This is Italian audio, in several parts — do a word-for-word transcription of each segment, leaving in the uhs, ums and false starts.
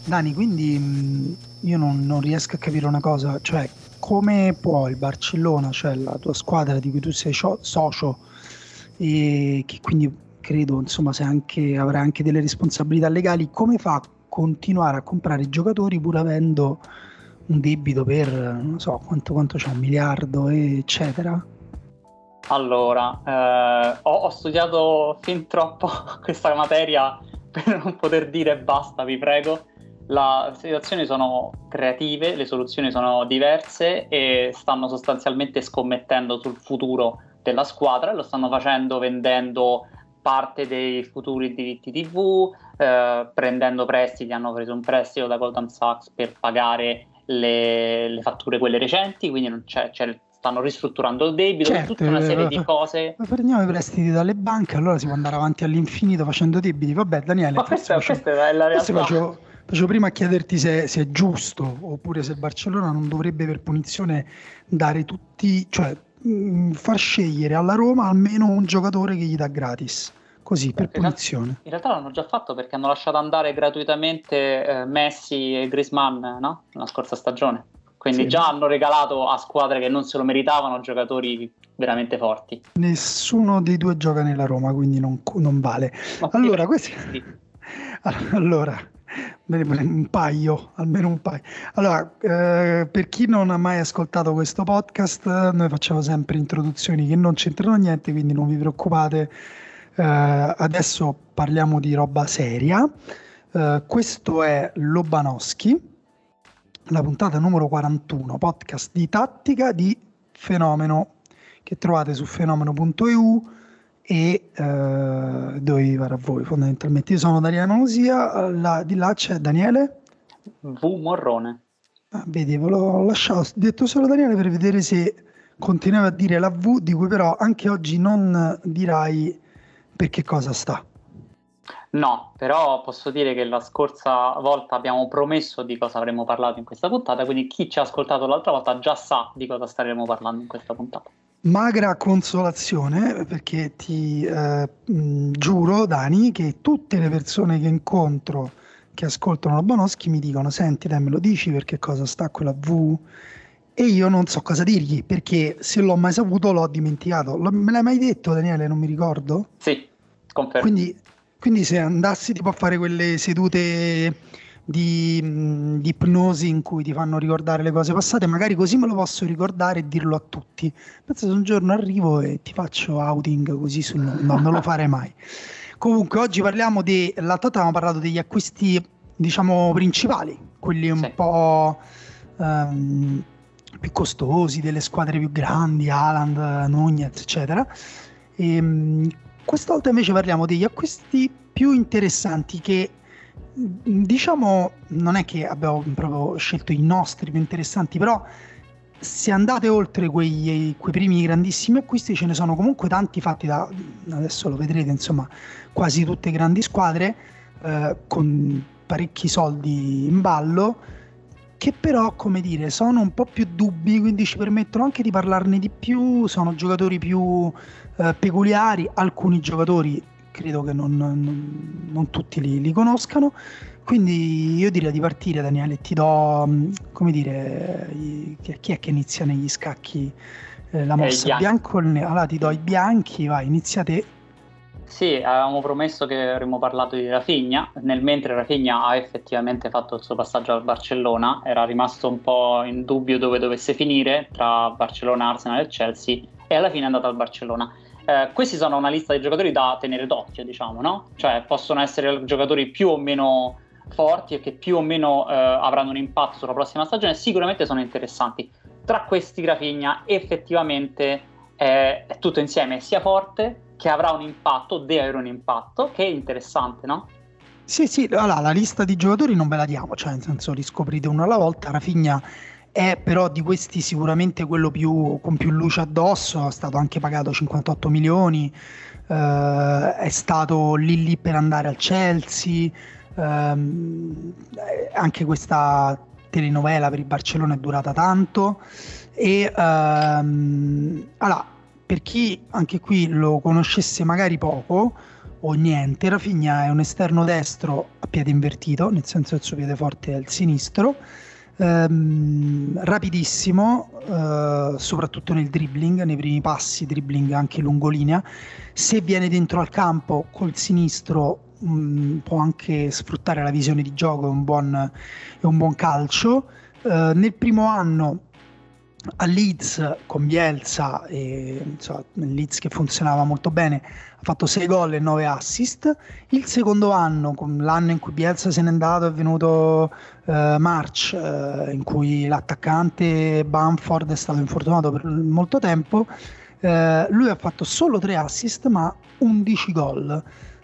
Dani, quindi mh, io non, non riesco a capire una cosa, cioè come può il Barcellona, cioè la tua squadra di cui tu sei cio- socio e che quindi credo insomma se anche, avrà anche delle responsabilità legali, come fa a continuare a comprare giocatori pur avendo un debito per non so quanto, quanto c'è, un miliardo eccetera? Allora, eh, ho, ho studiato fin troppo questa materia per non poter dire basta, vi prego. Le situazioni sono creative, le soluzioni sono diverse e stanno sostanzialmente scommettendo sul futuro della squadra e lo stanno facendo vendendo parte dei futuri diritti T V, eh, prendendo prestiti, hanno preso un prestito da Goldman Sachs per pagare le, le fatture quelle recenti, quindi non c'è, c'è stanno ristrutturando il debito, Certo, tutta una serie di eh, cose. prendiamo i prestiti dalle banche, allora si può andare avanti all'infinito facendo debiti. Vabbè, Daniele, Ma forse questa, facevo, questa è la forse realtà. facevo, facevo prima a chiederti se, se è giusto oppure se il Barcellona non dovrebbe per punizione dare tutti, cioè mh, far scegliere alla Roma almeno un giocatore che gli dà gratis, così per In real- punizione. in realtà l'hanno già fatto perché hanno lasciato andare gratuitamente eh, Messi e Griezmann, no? La scorsa stagione. Quindi Sì, già hanno regalato a squadre che non se lo meritavano giocatori veramente forti. nessuno dei due gioca nella Roma, quindi non, non vale. Ma tutti i Allora, questi... prestiti. allora, un paio, almeno un paio. Allora, eh, per chi non ha mai ascoltato questo podcast, noi facciamo sempre introduzioni che non c'entrano niente, quindi non vi preoccupate. Eh, adesso parliamo di roba seria. Eh, questo è Lobanowski, la puntata numero quarantuno, podcast di tattica di Fenomeno, che trovate su fenomeno punto e u e eh, dove vi pare a voi fondamentalmente. Io sono Daniele Manosia, là, di là c'è Daniele. V Morrone. Ah, vedi, ve l'ho lasciato, ho detto solo Daniele per vedere se continuavi a dire la V, di cui però anche oggi non dirai per che cosa sta. No, però posso dire che la scorsa volta abbiamo promesso di cosa avremmo parlato in questa puntata, quindi chi ci ha ascoltato l'altra volta già sa di cosa staremo parlando in questa puntata. Magra consolazione, perché ti eh, mh, giuro, Dani, che tutte le persone che incontro che ascoltano la Bonoschi mi dicono: senti, dai, me lo dici perché cosa sta quella V? E io non so cosa dirgli, perché se l'ho mai saputo l'ho dimenticato. Lo- me l'hai mai detto, Daniele? Non mi ricordo. Sì, confermo. Quindi, quindi se andassi tipo a fare quelle sedute di, mh, di ipnosi in cui ti fanno ricordare le cose passate, magari così me lo posso ricordare e dirlo a tutti. Penso se un giorno arrivo e ti faccio outing così sul no, no, non lo farei mai. Comunque oggi parliamo di, l'altra volta abbiamo parlato degli acquisti, diciamo, principali, quelli un Sì. po' ehm, più costosi, delle squadre più grandi, Haaland, Nunez, eccetera. E, mh, questa volta invece parliamo degli acquisti più interessanti che, mh, diciamo, non è che abbiamo proprio scelto i nostri più interessanti, però se andate oltre quei, quei primi grandissimi acquisti ce ne sono comunque tanti fatti da, adesso lo vedrete, insomma, quasi tutte grandi squadre eh, con parecchi soldi in ballo, che però, come dire, sono un po' più dubbi, quindi ci permettono anche di parlarne di più. Sono giocatori più eh, peculiari, alcuni giocatori credo che non, non- non tutti li, li conoscano, quindi io direi di partire, Daniele. Ti do, mh, come dire, i- chi è, chi è che inizia negli scacchi eh, la Eh, mossa? bianchi. Bianco o il nero? Allora ti do i bianchi, vai, inizia te. Sì, avevamo promesso che avremmo parlato di Rafinha, nel mentre Rafinha ha effettivamente fatto il suo passaggio al Barcellona, era rimasto un po' in dubbio dove dovesse finire tra Barcellona, Arsenal e Chelsea e alla fine è andato al Barcellona. Eh, questi sono una lista di giocatori da tenere d'occhio, diciamo, no? Cioè possono essere giocatori più o meno forti e che più o meno eh, avranno un impatto sulla prossima stagione, sicuramente sono interessanti. Tra questi Rafinha effettivamente è, è tutto insieme, sia forte che avrà un impatto, deve avere un impatto, che è interessante, no? Sì, sì, allora, la lista di giocatori non ve la diamo, cioè nel senso li scoprite uno alla volta. Rafinha è però di questi sicuramente quello più, con più luce addosso, è stato anche pagato cinquantotto milioni, eh, è stato lì lì per andare al Chelsea, ehm, eh, anche questa telenovela per il Barcellona è durata tanto e ehm, allora, per chi anche qui lo conoscesse magari poco, o niente. Rafinha è un esterno destro a piede invertito, nel senso che il suo piede forte è il sinistro, ehm, rapidissimo, eh, soprattutto nel dribbling, nei primi passi, dribbling anche lungolinea. Se viene dentro al campo col sinistro mh, può anche sfruttare la visione di gioco, è un buon, è un buon calcio. Eh, nel primo anno a Leeds con Bielsa, e, insomma, Leeds che funzionava molto bene, ha fatto sei gol e nove assist. Il secondo anno, con l'anno in cui Bielsa se n'è andato, è venuto eh, March, eh, in cui l'attaccante Bamford è stato infortunato per molto tempo, eh, lui ha fatto solo tre assist ma undici gol.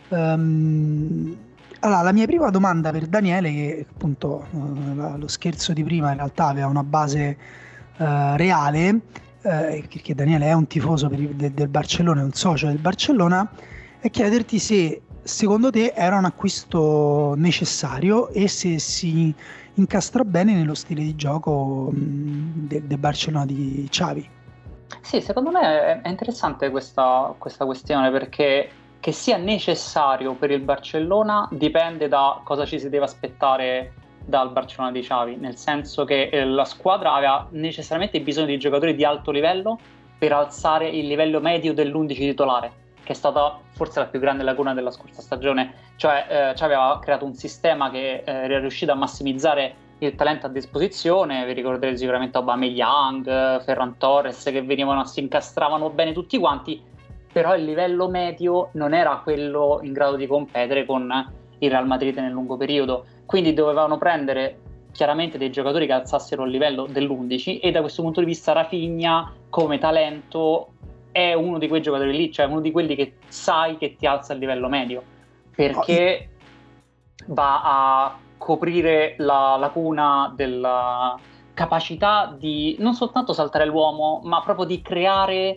Um, allora, la mia prima domanda per Daniele, che appunto eh, lo scherzo di prima in realtà aveva una base Uh, reale, uh, perché Daniele è un tifoso per il, de, del Barcellona, è un socio del Barcellona, è chiederti se secondo te era un acquisto necessario e se si incastra bene nello stile di gioco mh, del de Barcellona di Xavi. Sì, secondo me è interessante questa, questa questione, perché che sia necessario per il Barcellona dipende da cosa ci si deve aspettare dal Barcellona di Xavi, nel senso che eh, la squadra aveva necessariamente bisogno di giocatori di alto livello per alzare il livello medio dell'undici titolare, che è stata forse la più grande lacuna della scorsa stagione. Cioè eh, Xavi aveva creato un sistema che eh, era riuscito a massimizzare il talento a disposizione. Vi ricorderete sicuramente Aubameyang, Ferran Torres, che venivano, si incastravano bene tutti quanti, però il livello medio non era quello in grado di competere con il Real Madrid nel lungo periodo. Quindi dovevano prendere chiaramente dei giocatori che alzassero il livello dell'undici, e da questo punto di vista Rafinha come talento è uno di quei giocatori lì, cioè uno di quelli che sai che ti alza il livello medio, perché va a coprire la lacuna della capacità di non soltanto saltare l'uomo, ma proprio di creare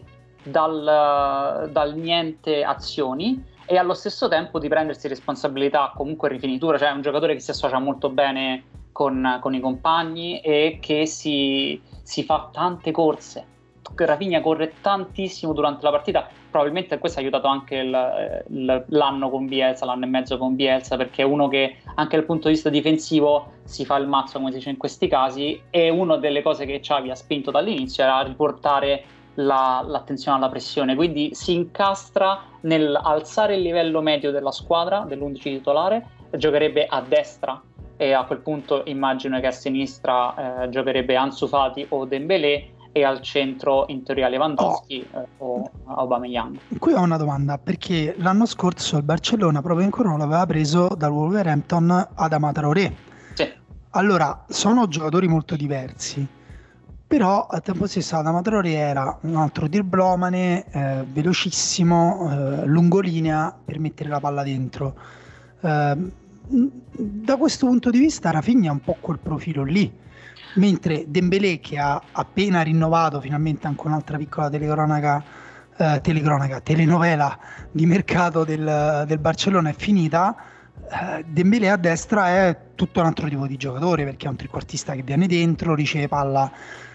dal, dal niente azioni, e allo stesso tempo di prendersi responsabilità, comunque rifinitura. Cioè è un giocatore che si associa molto bene con, con i compagni e che si, si fa tante corse. Rafinha corre tantissimo durante la partita, probabilmente questo ha aiutato anche il, il, l'anno con Bielsa, l'anno e mezzo con Bielsa, perché è uno che anche dal punto di vista difensivo si fa il mazzo, come si dice in questi casi, e una delle cose che Xavi ha spinto dall'inizio era riportare La, l'attenzione alla pressione, quindi si incastra nel alzare il livello medio della squadra, dell'undici titolare. Giocherebbe a destra e a quel punto immagino che a sinistra eh, giocherebbe Ansu Fati o Dembélé, e al centro in teoria Lewandowski oh. eh, o Aubameyang. Qui ho una domanda, perché l'anno scorso il Barcellona proprio in corona aveva preso dal Wolverhampton Adama Traoré. Sì. Allora, sono giocatori molto diversi, però al tempo stesso Adama Traoré era un altro dirblomane, eh, velocissimo, eh, lungolinea per mettere la palla dentro. Eh, da questo punto di vista Rafinha ha un po' quel profilo lì, mentre Dembélé, che ha appena rinnovato finalmente, anche un'altra piccola telecronaca, eh, telecronaca telenovela di mercato del, del Barcellona è finita. Uh, Dembélé a destra è tutto un altro tipo di giocatore, perché è un trequartista che viene dentro, riceve palla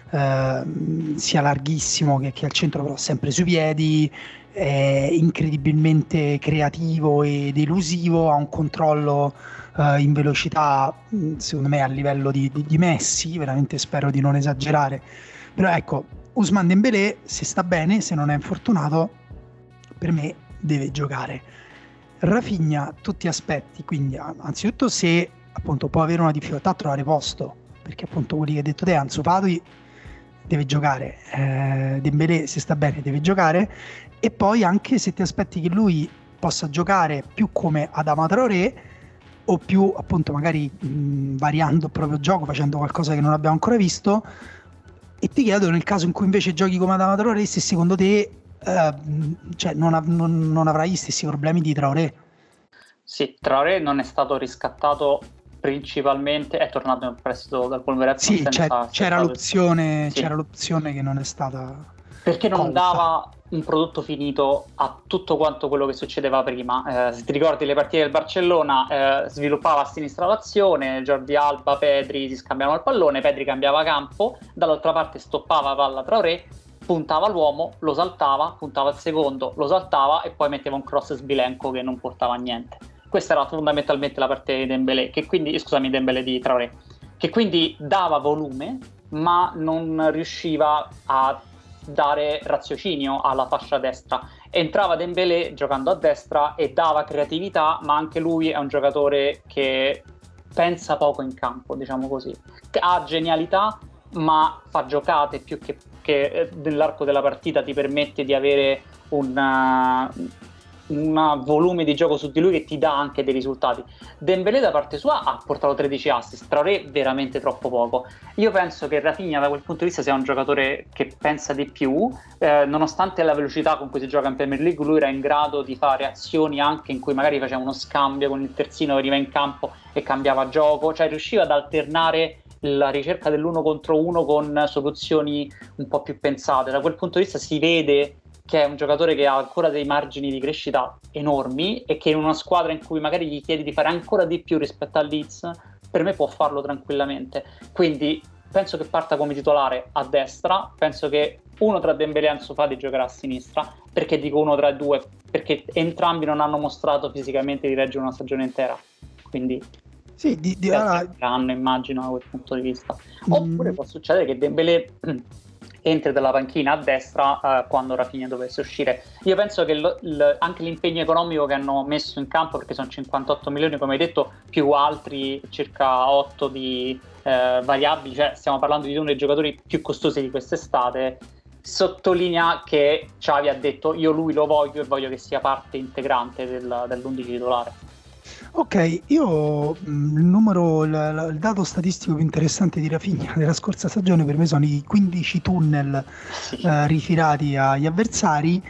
uh, sia larghissimo che, che al centro, però sempre sui piedi, è incredibilmente creativo ed elusivo, ha un controllo uh, in velocità secondo me a livello di, di, di Messi, veramente spero di non esagerare, però ecco, Ousmane Dembélé, se sta bene, se non è infortunato, per me deve giocare. Rafinha tu ti aspetti, quindi anzitutto se appunto può avere una difficoltà a trovare posto, perché appunto quelli che hai detto te, Ansu Fati deve giocare, eh, Dembélé se sta bene deve giocare, e poi anche se ti aspetti che lui possa giocare più come Adama Traoré o più appunto magari mh, variando il proprio gioco, facendo qualcosa che non abbiamo ancora visto. E ti chiedo, nel caso in cui invece giochi come Adama Traoré, se secondo te Uh, cioè non, av- non, non avrai gli stessi problemi di Traoré. Sì, Traoré non è stato riscattato, principalmente è tornato in prestito dal Wolverhampton. Sì, c'è, c'era, l'opzione, sì. c'era l'opzione che non è stata, perché non colta. Dava un prodotto finito a tutto quanto quello che succedeva prima. Eh, se ti ricordi le partite del Barcellona, eh, sviluppava a sinistra l'azione, Jordi Alba, Pedri si scambiavano il pallone, Pedri cambiava campo, dall'altra parte stoppava palla Traoré, puntava l'uomo, lo saltava, puntava il secondo, lo saltava e poi metteva un cross sbilenco che non portava a niente. Questa era fondamentalmente la parte di Dembélé, che quindi, scusami, Dembélé di Traoré, che quindi dava volume, ma non riusciva a dare raziocinio alla fascia destra. Entrava Dembélé giocando a destra e dava creatività, ma anche lui è un giocatore che pensa poco in campo, diciamo così. Ha genialità, ma fa giocate più che, che nell'arco della partita ti permette di avere un un volume di gioco su di lui che ti dà anche dei risultati. Dembélé da parte sua ha portato tredici assist, Traoré veramente troppo poco. Io penso che Rafinha da quel punto di vista sia un giocatore che pensa di più, eh, nonostante la velocità con cui si gioca in Premier League, lui era in grado di fare azioni anche in cui magari faceva uno scambio con il terzino, veniva in campo e cambiava gioco, cioè riusciva ad alternare la ricerca dell'uno contro uno con soluzioni un po' più pensate. Da quel punto di vista si vede che è un giocatore che ha ancora dei margini di crescita enormi e che in una squadra in cui magari gli chiedi di fare ancora di più rispetto al Leeds, per me può farlo tranquillamente. Quindi penso che parta come titolare a destra, penso che uno tra Dembélé e Ansu Fati giocherà a sinistra. Perché dico uno tra i due? Perché entrambi non hanno mostrato fisicamente di reggere una stagione intera, quindi sì, di, di, allora... hanno, immagino, da quel punto di vista. Oppure mm. può succedere che Dembélé entri dalla panchina a destra eh, quando Rafinha dovesse uscire. Io penso che l- l- anche l'impegno economico che hanno messo in campo, perché sono cinquantotto milioni come hai detto, più altri circa otto di eh, variabili, cioè stiamo parlando di uno dei giocatori più costosi di quest'estate, sottolinea che Xavi ha detto io lui lo voglio e voglio che sia parte integrante del, dell'undici titolare. Ok, io mh, il numero, il, il dato statistico più interessante di Rafinha della scorsa stagione per me sono i quindici tunnel eh, ritirati agli avversari.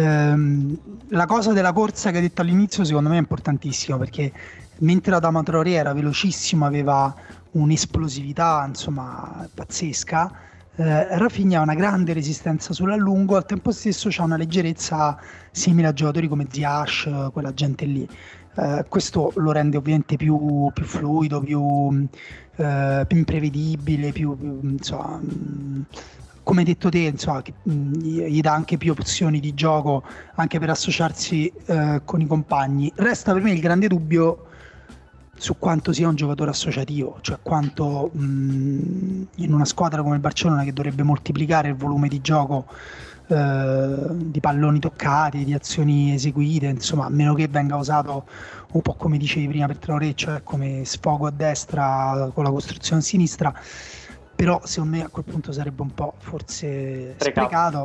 Ehm, la cosa della corsa che hai detto all'inizio secondo me è importantissima, perché mentre Adama Traoré era velocissimo, aveva un'esplosività insomma pazzesca, eh, Rafinha ha una grande resistenza sull'allungo, al tempo stesso c'ha una leggerezza simile a giocatori come Ziyech, quella gente lì. Uh, questo lo rende ovviamente più, più fluido, più, uh, più imprevedibile, più, più insomma, mh, come hai detto te, insomma, che, mh, gli dà anche più opzioni di gioco anche per associarsi uh, con i compagni. Resta per me il grande dubbio su quanto sia un giocatore associativo, cioè quanto mh, in una squadra come il Barcellona, che dovrebbe moltiplicare il volume di gioco di palloni toccati, di azioni eseguite, insomma, a meno che venga usato un po' come dicevi prima per Traoré, cioè come sfogo a destra con la costruzione a sinistra, però secondo me a quel punto sarebbe un po' forse sprecato, sprecato.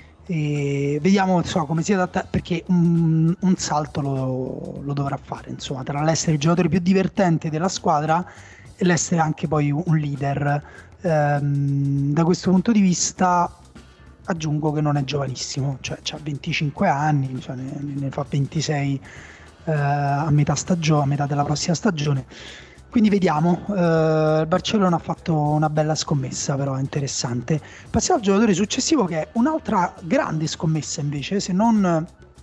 E vediamo insomma come si adatta, perché un, un salto lo, lo dovrà fare, insomma, tra l'essere il giocatore più divertente della squadra e l'essere anche poi un leader. Ehm, da questo punto di vista aggiungo che non è giovanissimo, cioè ha venticinque anni, cioè ne, ne fa ventisei eh, a metà stagione, a metà della prossima stagione. Quindi vediamo, eh, il Barcellona ha fatto una bella scommessa, però è interessante. Passiamo al giocatore successivo, che è un'altra grande scommessa invece, se non,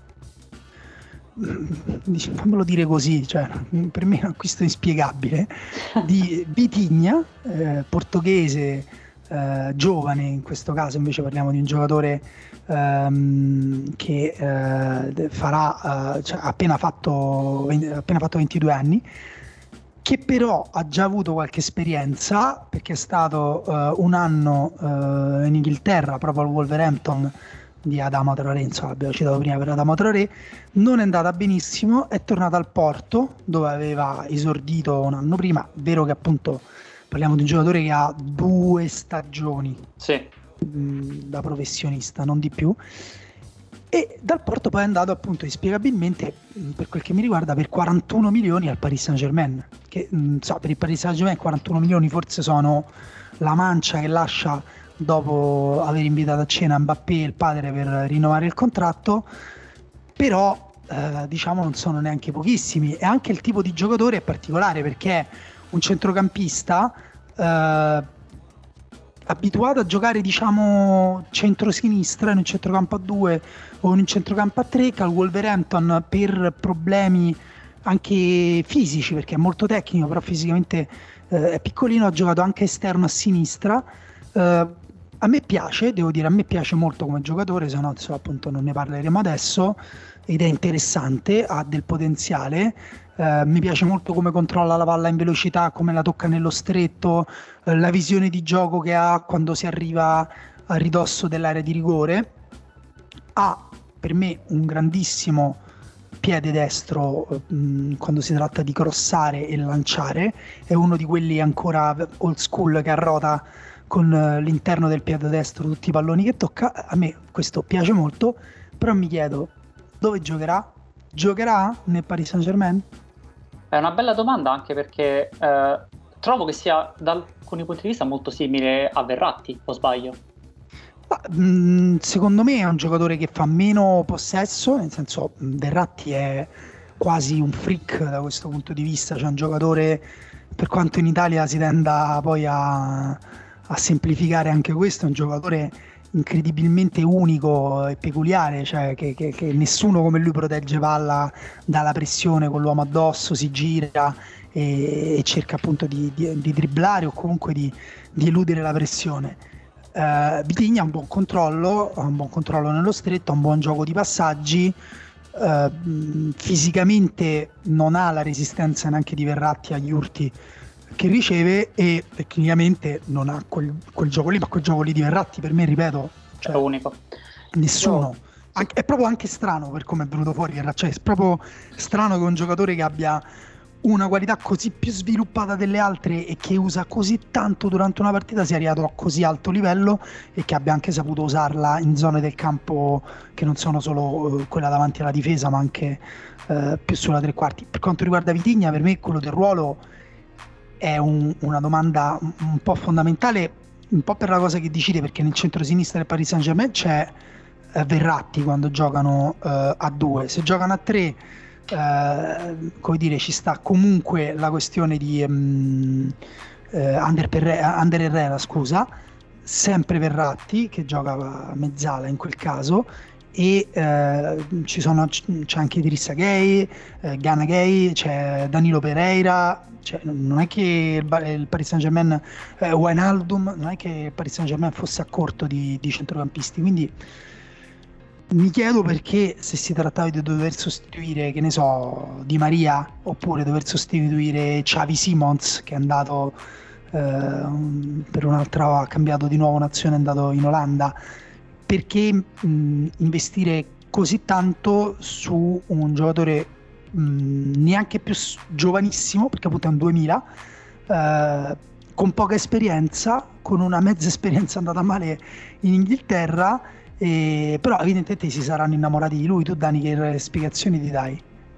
fammelo dire così, cioè per me è un acquisto inspiegabile, di Vitinha, eh, portoghese, Uh, giovane. In questo caso invece parliamo di un giocatore um, che uh, farà uh, cioè, appena fatto appena fatto ventidue anni, che però ha già avuto qualche esperienza, perché è stato uh, un anno uh, in Inghilterra proprio al Wolverhampton di Adama Traoré, insomma abbiamo citato prima per Adama Traoré, non è andata benissimo, è tornato al Porto dove aveva esordito un anno prima. Vero che appunto parliamo di un giocatore che ha due stagioni sì. mh, da professionista, non di più, e dal Porto poi è andato appunto inspiegabilmente, mh, per quel che mi riguarda, per quarantuno milioni al Paris Saint-Germain, che mh, so, per il Paris Saint-Germain quarantuno milioni forse sono la mancia che lascia dopo aver invitato a cena Mbappé e il padre per rinnovare il contratto, però eh, diciamo non sono neanche pochissimi, e anche il tipo di giocatore è particolare, perché è un centrocampista eh, abituato a giocare diciamo centro-sinistra in un centrocampo a due o in un centrocampo a tre, che al Wolverhampton per problemi anche fisici, perché è molto tecnico però fisicamente eh, è piccolino, ha giocato anche esterno a sinistra, eh, a me piace, devo dire, a me piace molto come giocatore, se no insomma, appunto non ne parleremo adesso, ed è interessante, ha del potenziale. Eh, mi piace molto come controlla la palla in velocità, come la tocca nello stretto, eh, la visione di gioco che ha quando si arriva a ridosso dell'area di rigore. Ha per me un grandissimo piede destro mh, quando si tratta di crossare e lanciare, è uno di quelli ancora old school che arrota con uh, l'interno del piede destro tutti i palloni che tocca. A me questo piace molto, però mi chiedo dove giocherà? Giocherà nel Paris Saint-Germain? È una bella domanda, anche perché eh, trovo che sia da alcuni punti di vista molto simile a Verratti, o sbaglio? Ma, mh, secondo me è un giocatore che fa meno possesso, nel senso mh, Verratti è quasi un freak da questo punto di vista, cioè un giocatore, per quanto in Italia si tenda poi a, a semplificare anche questo, è un giocatore incredibilmente unico e peculiare, cioè che, che, che nessuno come lui protegge palla dalla pressione con l'uomo addosso, si gira e, e cerca appunto di, di, di dribblare o comunque di, di eludere la pressione. Uh, Vitigna ha un buon controllo, ha un buon controllo nello stretto, ha un buon gioco di passaggi, uh, fisicamente non ha la resistenza neanche di Verratti agli urti che riceve, e tecnicamente non ha quel, quel gioco lì, ma quel gioco lì di Verratti per me, ripeto, cioè, è unico. Nessuno. Io... Anche, è proprio anche strano per come è venuto fuori, cioè è proprio strano che un giocatore che abbia una qualità così più sviluppata delle altre e che usa così tanto durante una partita sia arrivato a così alto livello, e che abbia anche saputo usarla in zone del campo che non sono solo uh, quella davanti alla difesa, ma anche uh, più sulla tre quarti. Per quanto riguarda Vitigna, per me quello del ruolo è un, una domanda un, un po' fondamentale, un po' per la cosa che decide, perché nel centro-sinistra del Paris Saint-Germain c'è uh, Verratti quando giocano uh, a due. Se giocano a tre, Uh, come dire, ci sta comunque la questione di um, uh, Ander, Perre- Ander Herrera, scusa, sempre Verratti che gioca a mezzala in quel caso, e uh, ci sono, c'è anche Idrissa Gueye, uh, Gana Gueye, c'è Danilo Pereira, cioè, non è che il, il Paris Saint-Germain, uh, Wijnaldum, non è che il Paris Saint-Germain fosse a corto di, di centrocampisti, quindi mi chiedo perché, se si trattava di dover sostituire, che ne so, Di Maria, oppure dover sostituire Xavi Simons, che è andato eh, per un'altra, ha cambiato di nuovo nazione, è andato in Olanda, perché mh, investire così tanto su un giocatore mh, neanche più giovanissimo, perché appunto è un duemila, eh, con poca esperienza, con una mezza esperienza andata male in Inghilterra. E, però evidentemente si saranno innamorati di lui. Tu, Dani, che spiegazioni ti dai?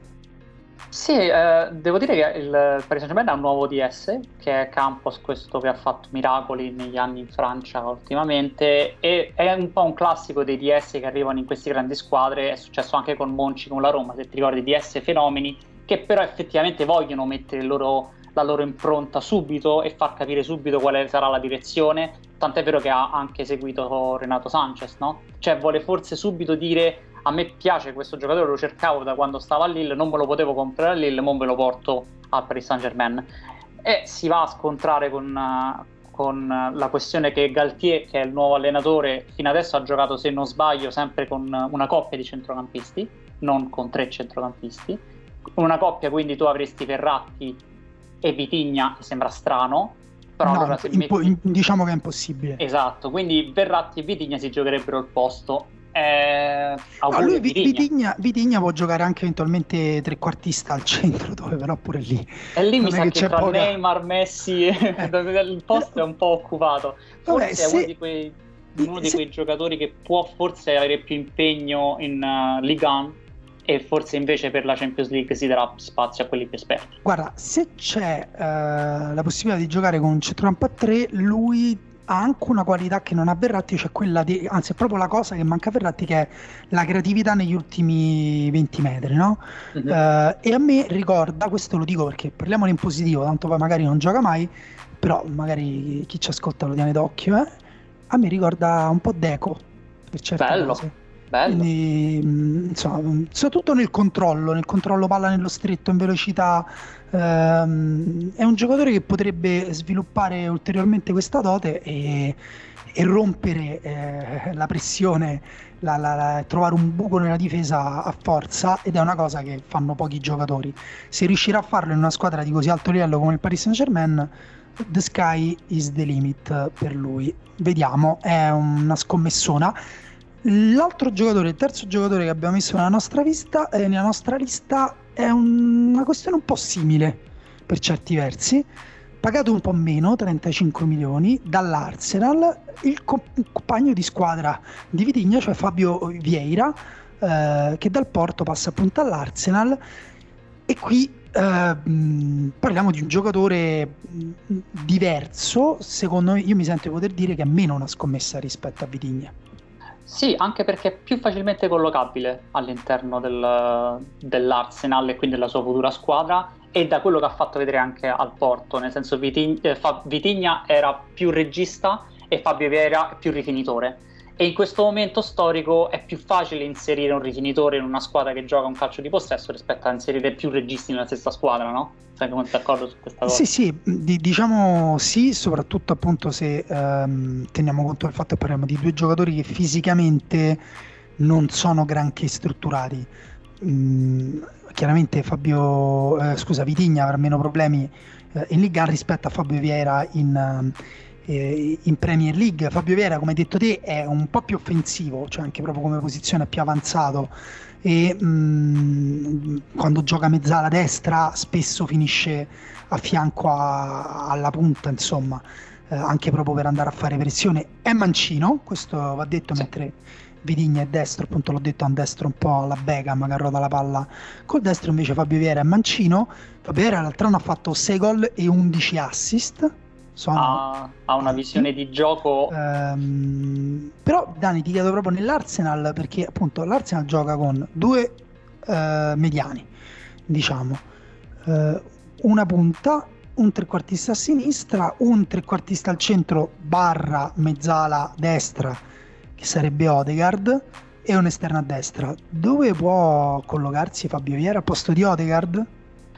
Sì, eh, devo dire che il Paris Saint-Germain ha un nuovo D S, che è Campos, questo che ha fatto miracoli negli anni in Francia ultimamente, e è un po' un classico dei D S che arrivano in queste grandi squadre. È successo anche con Monchi, con la Roma, se ti ricordi, D S fenomeni che però effettivamente vogliono mettere il loro, la loro impronta subito e far capire subito quale sarà la direzione. Tant'è vero che ha anche seguito Renato Sanchez, no? Cioè vuole forse subito dire: a me piace questo giocatore, lo cercavo da quando stava a Lille, non me lo potevo comprare a Lille, mo me lo porto al Paris Saint-Germain. E si va a scontrare con, uh, con la questione che Galtier, che è il nuovo allenatore, fino adesso ha giocato, se non sbaglio, sempre con una coppia di centrocampisti, non con tre centrocampisti. Una coppia, quindi tu avresti Verratti e Vitigna, che sembra strano, però no, allora se impo- metti... diciamo che è impossibile. Esatto, quindi Verratti e Vitigna si giocherebbero il posto. Eh, no, lui Vitigna. Vitigna, Vitigna può giocare anche eventualmente trequartista al centro, dove però pure lì e lì mi sa che, che tra poca... Neymar, Messi eh. il posto è un po' occupato. Forse Vabbè, è se... uno di quei uno di se... quei giocatori che può forse avere più impegno in uh, Ligue uno, e forse invece per la Champions League si darà spazio a quelli più esperti. Guarda, se c'è uh, la possibilità di giocare con un centrocampo a tre, lui ha anche una qualità che non ha Verratti, cioè quella di, anzi è proprio la cosa che manca a Verratti, che è la creatività negli ultimi venti metri, no? Mm-hmm. Uh, e a me ricorda, questo lo dico perché parliamone in positivo, tanto poi magari non gioca mai, però magari chi ci ascolta lo tiene d'occhio, eh? A me ricorda un po' Deco per certe Bello. cose. Bello. Quindi, mh, insomma, mh, soprattutto nel controllo, nel controllo palla nello stretto, in velocità, ehm, è un giocatore che potrebbe sviluppare ulteriormente questa dote e, e rompere eh, la pressione, la- la- la- trovare un buco nella difesa a forza, ed è una cosa che fanno pochi giocatori. Se riuscirà a farlo in una squadra di così alto livello come il Paris Saint-Germain, the sky is the limit per lui. Vediamo, è una scommessona. L'altro giocatore, il terzo giocatore che abbiamo messo nella nostra lista, eh, nella nostra lista è un- una questione un po' simile per certi versi, pagato un po' meno, trentacinque milioni, dall'Arsenal, il co- compagno di squadra di Vitinha, cioè Fabio Vieira, eh, che dal Porto passa appunto all'Arsenal. E qui eh, mh, parliamo di un giocatore mh, diverso, secondo me. Io mi sento di poter dire che è meno una scommessa rispetto a Vitinha. Sì, anche perché è più facilmente collocabile all'interno del- dell'Arsenal e quindi della sua futura squadra, e da quello che ha fatto vedere anche al Porto, nel senso Vitign- eh, Fa- Vitinha era più regista e Fabio Vieira più rifinitore, e in questo momento storico è più facile inserire un rifinitore in una squadra che gioca un calcio di possesso rispetto a inserire più registi nella stessa squadra, no? Sei d'accordo su questa cosa? Sì, sì, di- diciamo sì, soprattutto appunto se ehm, teniamo conto del fatto che parliamo di due giocatori che fisicamente non sono granché strutturati. Mm, chiaramente Fabio, eh, scusa, Vitigna avrà meno problemi eh, in Liga rispetto a Fabio Vieira in, eh, in Premier League. Fabio Vieira, come hai detto te, è un po' più offensivo, cioè anche proprio come posizione è più avanzato, e mh, quando gioca mezzala destra spesso finisce a fianco a- alla punta, insomma, eh, anche proprio per andare a fare pressione. È mancino, questo va detto, Sì. mentre Vitigna è destro, appunto l'ho detto, è un destro un po' alla Beckham, che ruota la palla col destro. Invece Fabio Vieira è mancino. Fabio Vieira l'altro anno ha fatto sei gol e undici assist, sono Ha, ha una tanti. visione di gioco. Ehm, però Dani, ti chiedo proprio nell'Arsenal, perché appunto l'Arsenal gioca con due eh, mediani, diciamo, eh, una punta, un trequartista a sinistra, un trequartista al centro barra mezzala destra, che sarebbe Odegaard, e un esterno a destra. Dove può collocarsi Fabio Vieira a posto di Odegaard?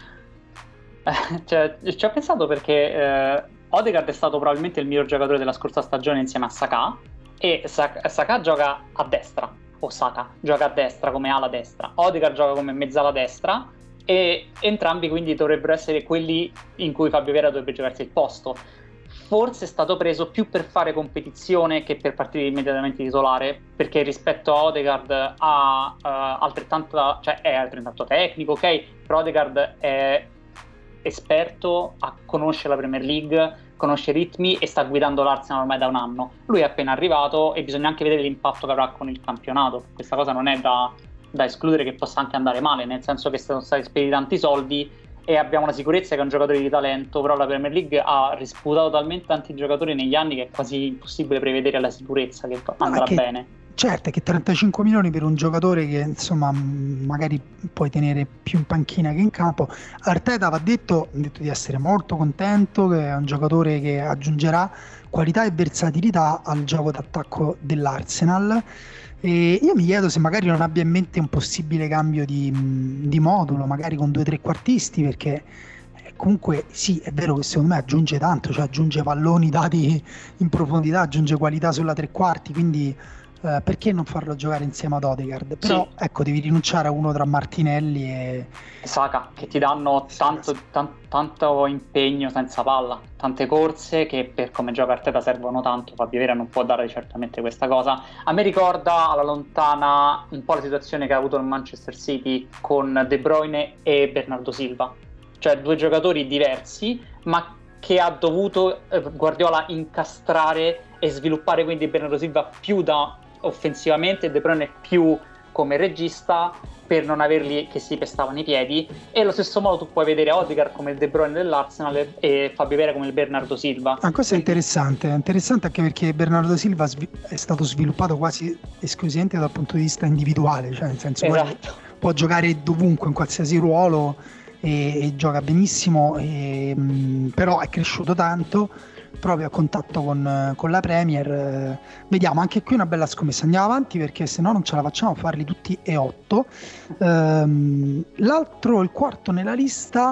Eh, cioè, ci ho pensato perché eh, Odegaard è stato probabilmente il miglior giocatore della scorsa stagione insieme a Saka, e Sa- Saka gioca a destra, o Saka gioca a destra come ala destra, Odegaard gioca come mezzala destra, e entrambi quindi dovrebbero essere quelli in cui Fabio Vieira dovrebbe giocarsi il posto. Forse è stato preso più per fare competizione che per partire immediatamente titolare, perché rispetto a Odegaard ha eh, altrettanto, cioè è altrettanto tecnico, ok, però Odegaard è esperto, a conosce la Premier League, conosce i ritmi e sta guidando l'Arsenal ormai da un anno. Lui è appena arrivato e bisogna anche vedere l'impatto che avrà con il campionato. Questa cosa non è da, da escludere che possa anche andare male, nel senso che sono stati spesi tanti soldi e abbiamo la sicurezza che è un giocatore di talento, però la Premier League ha risputato talmente tanti giocatori negli anni che è quasi impossibile prevedere la sicurezza che andrà No, che, bene. certo, è che trentacinque milioni per un giocatore che insomma mh, magari puoi tenere più in panchina che in campo. Arteta va detto, ha detto di essere molto contento, che è un giocatore che aggiungerà qualità e versatilità al gioco d'attacco dell'Arsenal. E io mi chiedo se magari non abbia in mente un possibile cambio di, mh, di modulo, magari con due trequartisti, perché eh, comunque sì, è vero che secondo me aggiunge tanto, cioè aggiunge palloni dati in profondità, aggiunge qualità sulla tre quarti, quindi eh, perché non farlo giocare insieme ad Odegaard? Però Sì, ecco, devi rinunciare a uno tra Martinelli e Saka, che ti danno Saka. tanto, tan- tanto impegno senza palla, tante corse che per come gioca Arteta servono tanto. Fabio Vera non può dare certamente questa cosa. A me ricorda alla lontana un po' la situazione che ha avuto il Manchester City con De Bruyne e Bernardo Silva, cioè due giocatori diversi, ma che ha dovuto eh, Guardiola incastrare e sviluppare, quindi Bernardo Silva più da offensivamente e De Bruyne più come regista, per non averli che si pestavano i piedi. E allo stesso modo tu puoi vedere Odegaard come il De Bruyne dell'Arsenal e Fabio Vera come il Bernardo Silva. Ah, questo è Quindi interessante, è interessante anche perché Bernardo Silva svi- è stato sviluppato quasi esclusivamente dal punto di vista individuale, cioè nel senso poi esatto. può giocare dovunque, in qualsiasi ruolo, e, e gioca benissimo, e, mh, però è cresciuto tanto. proprio a contatto con, con la Premier. Eh, vediamo anche qui una bella scommessa, andiamo avanti perché se no non ce la facciamo a farli tutti e otto. Ehm, l'altro, il quarto nella lista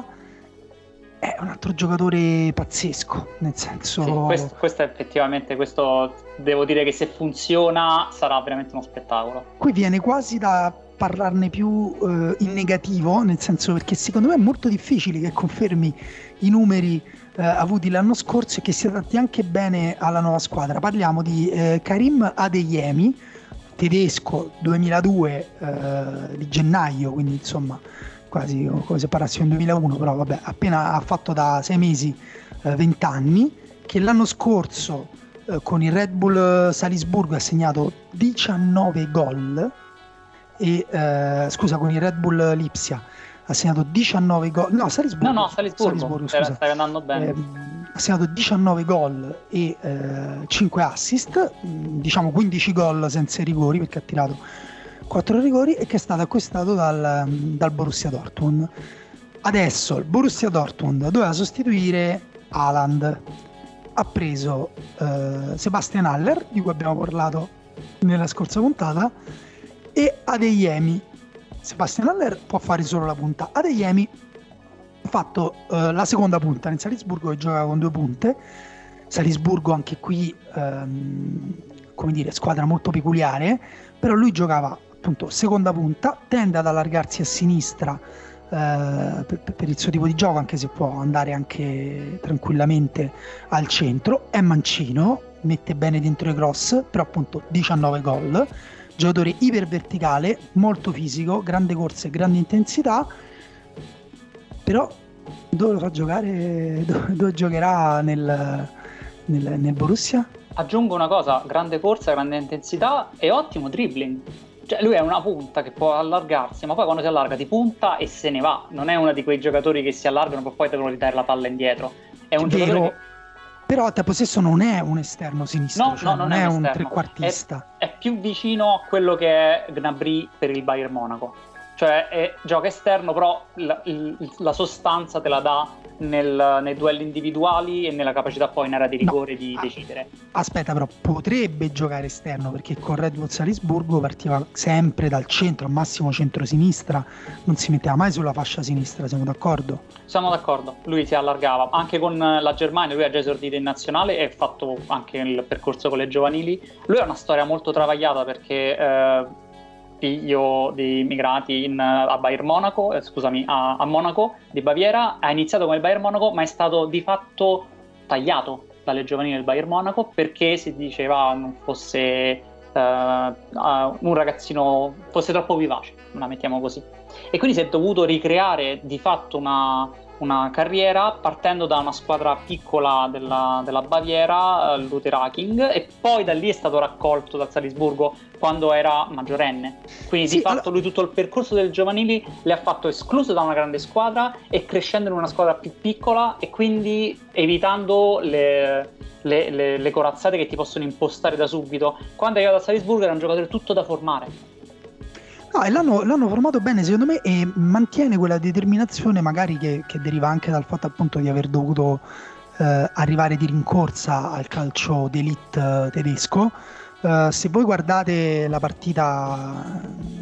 è un altro giocatore pazzesco, nel senso Sì, questo, questo effettivamente, questo devo dire che se funziona sarà veramente uno spettacolo. qui viene quasi da parlarne più eh, in negativo, nel senso, perché secondo me è molto difficile che confermi i numeri eh, avuti l'anno scorso e che si adatti anche bene alla nuova squadra. Parliamo di eh, Karim Adeyemi, tedesco, duemiladue, eh, di gennaio, quindi insomma quasi come se parassimo nel duemilauno, però vabbè, appena ha fatto da sei mesi eh, venti anni, che l'anno scorso eh, con il Red Bull Salisburgo ha segnato diciannove gol e eh, scusa, con il Red Bull Lipsia ha segnato diciannove gol, no Salisburgo, no no Salisburgo, Salisburgo stai, scusa. stai andando bene. Eh, ha segnato diciannove gol e eh, cinque assist, diciamo quindici gol senza i rigori perché ha tirato quattro rigori, e che è stato acquistato dal, dal Borussia Dortmund. Adesso il Borussia Dortmund doveva sostituire Haaland, ha preso eh, Sebastian Haller, di cui abbiamo parlato nella scorsa puntata, e Adeyemi. Sebastian Haller può fare solo la punta, Adeyemi ha fatto eh, la seconda punta nel Salisburgo, che giocava con due punte. Salisburgo anche qui ehm, come dire, squadra molto peculiare, però lui giocava appunto seconda punta, tende ad allargarsi a sinistra eh, per, per il suo tipo di gioco, anche se può andare anche tranquillamente al centro, è mancino, mette bene dentro i cross, però appunto diciannove gol, giocatore iperverticale, molto fisico, grande corsa e grande intensità. Però dove lo fa giocare? Dove, dove giocherà nel, nel, nel Borussia? Aggiungo una cosa: grande corsa, grande intensità e ottimo dribbling. Cioè lui è una punta che può allargarsi, ma poi quando si allarga ti punta e se ne va. Non è uno di quei giocatori che si allargano per poi devono ridare la palla indietro. È un Vero, giocatore che... però a te possesso non è un esterno sinistro, no, cioè no, non, non è, è un, un esterno. trequartista. È, è più vicino a quello che è Gnabry per il Bayern Monaco. Cioè è, gioca esterno, però la, il, la sostanza te la dà nel, nei duelli individuali e nella capacità poi in area di rigore no. di ah, decidere. Aspetta, però potrebbe giocare esterno, perché con Red Bull Salisburgo partiva sempre dal centro, al massimo centro-sinistra, non si metteva mai sulla fascia sinistra, siamo d'accordo? Siamo d'accordo, lui si allargava, anche con la Germania, lui ha già esordito in nazionale e ha fatto anche il percorso con le giovanili. Lui ha una storia molto travagliata perché... Eh, figlio di immigrati in, a Bayern Monaco, eh, scusami, a, a Monaco di Baviera, ha iniziato come il Bayern Monaco, ma è stato di fatto tagliato dalle giovanili del Bayern Monaco perché si diceva non fosse uh, uh, un ragazzino, fosse troppo vivace, la mettiamo così. E quindi si è dovuto ricreare di fatto una, una carriera partendo da una squadra piccola della, della Baviera, uh, l'Uterhaching, e poi da lì è stato raccolto dal Salisburgo quando era maggiorenne. Quindi sì, di fatto allora... lui tutto il percorso del giovanili le ha fatto escluso da una grande squadra e crescendo in una squadra più piccola, e quindi evitando le, le, le, le corazzate che ti possono impostare da subito. Quando è arrivato al Salisburgo era un giocatore tutto da formare. No, e l'hanno, l'hanno formato bene secondo me, e mantiene quella determinazione magari che, che deriva anche dal fatto appunto di aver dovuto eh, arrivare di rincorsa al calcio d'élite eh, tedesco. Uh, se voi guardate la partita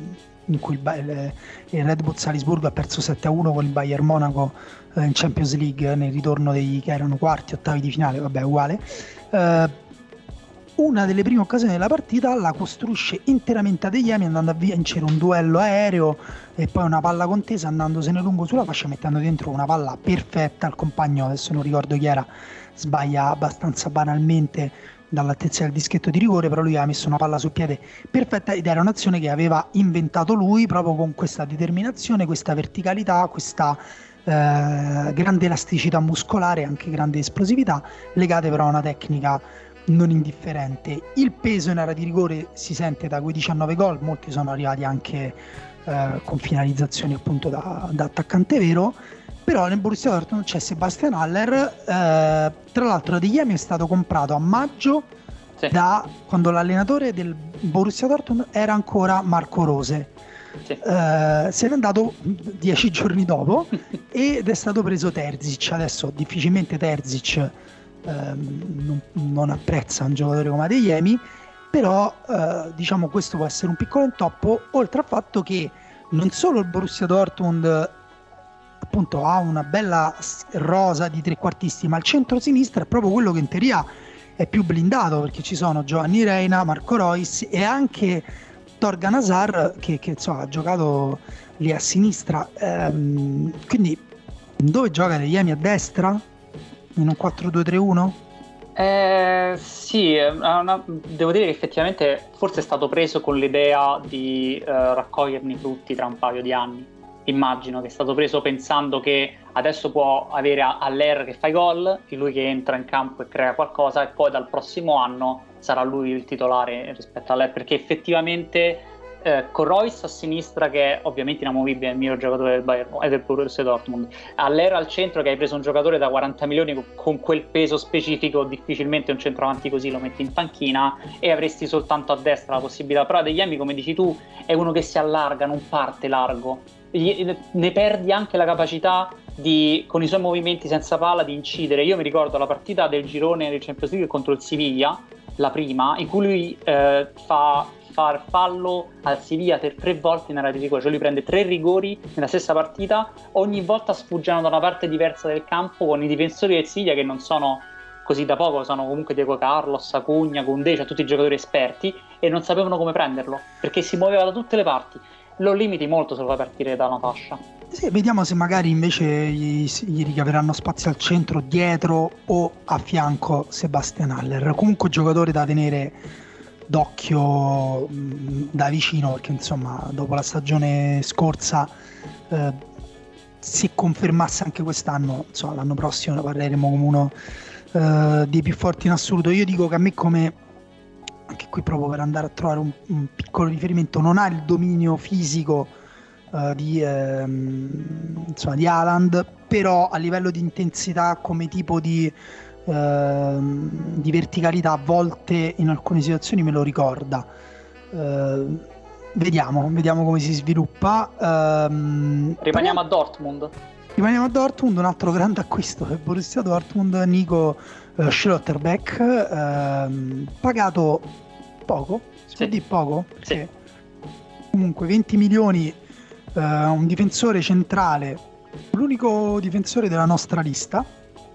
in cui il, il Red Bull Salisburgo ha perso sette a uno con il Bayern Monaco uh, in Champions League nel ritorno dei che erano quarti, ottavi di finale, vabbè uguale, uh, una delle prime occasioni della partita la costruisce interamente Adeyemi andando a vincere un duello aereo e poi una palla contesa andandosene lungo sulla fascia, mettendo dentro una palla perfetta al compagno, adesso non ricordo chi era, sbaglia abbastanza banalmente dall'altezza del dischetto di rigore, però lui aveva messo una palla sul piede perfetta ed era un'azione che aveva inventato lui proprio con questa determinazione, questa verticalità, questa eh, grande elasticità muscolare, anche grande esplosività, legate però a una tecnica non indifferente. Il peso in area di rigore si sente da quei diciannove gol, molti sono arrivati anche eh, con finalizzazioni appunto da, da attaccante vero. Però nel Borussia Dortmund c'è Sebastian Haller, eh, tra l'altro Adeyemi è stato comprato a maggio, sì, da quando l'allenatore del Borussia Dortmund era ancora Marco Rose, sì. eh, se n'è andato dieci giorni dopo ed è stato preso Terzic. Adesso difficilmente Terzic ehm, non, non apprezza un giocatore come Adeyemi, però eh, diciamo questo può essere un piccolo intoppo, oltre al fatto che non solo il Borussia Dortmund appunto ha una bella rosa di trequartisti, ma il centro-sinistra è proprio quello che in teoria è più blindato, perché ci sono Giovanni Reina, Marco Reus e anche Torgan Hazard che, che insomma, ha giocato lì a sinistra, ehm, quindi dove gioca Adeyemi? A destra? In un quattro due tre uno? Eh, sì, è una- devo dire che effettivamente forse è stato preso con l'idea di eh, raccoglierne i frutti tra un paio di anni. Immagino che è stato preso pensando che adesso può avere a- Haller che fa i gol, di lui che entra in campo e crea qualcosa, e poi dal prossimo anno sarà lui il titolare rispetto a Haller, perché effettivamente eh, con Reus a sinistra, che è ovviamente inamovibile, è il miglior giocatore del Bayern e del Borussia Dortmund, Haller al centro, che hai preso un giocatore da quaranta milioni con, con quel peso specifico, difficilmente un centravanti così lo metti in panchina, e avresti soltanto a destra la possibilità. Però Adeyemi, come dici tu, è uno che si allarga, non parte largo, Gli, ne perdi anche la capacità di, con i suoi movimenti senza palla, di incidere. Io mi ricordo la partita del girone del Champions League contro il Siviglia, la prima, in cui lui eh, fa far fallo al Siviglia per tre volte in area di rigore, cioè lui prende tre rigori nella stessa partita, ogni volta sfuggiano da una parte diversa del campo, con i difensori del Siviglia che non sono così da poco, sono comunque Diego Carlos, Acugna, Koundé, cioè tutti i giocatori esperti, e non sapevano come prenderlo, perché si muoveva da tutte le parti. Lo limiti molto se lo fai partire da una fascia. Sì, vediamo se magari invece gli, gli ricaveranno spazio al centro, dietro o a fianco Sebastian Haller. Comunque giocatore da tenere d'occhio mh, da vicino, perché insomma dopo la stagione scorsa, eh, se confermasse anche quest'anno, insomma l'anno prossimo ne parleremo come uno eh, dei più forti in assoluto. Io dico che a me, come anche qui proprio per andare a trovare un, un piccolo riferimento, non ha il dominio fisico uh, di, ehm, insomma, di Haaland, però a livello di intensità, come tipo di, ehm, di verticalità, a volte in alcune situazioni me lo ricorda. Uh, vediamo, vediamo come si sviluppa. Um, Rimaniamo a Dortmund. Rimaniamo a Dortmund, un altro grande acquisto del Borussia Dortmund, Nico uh, Schlotterbeck, uh, pagato poco, si può Sì. dire poco? Perché Sì. Comunque venti milioni, uh, un difensore centrale, l'unico difensore della nostra lista,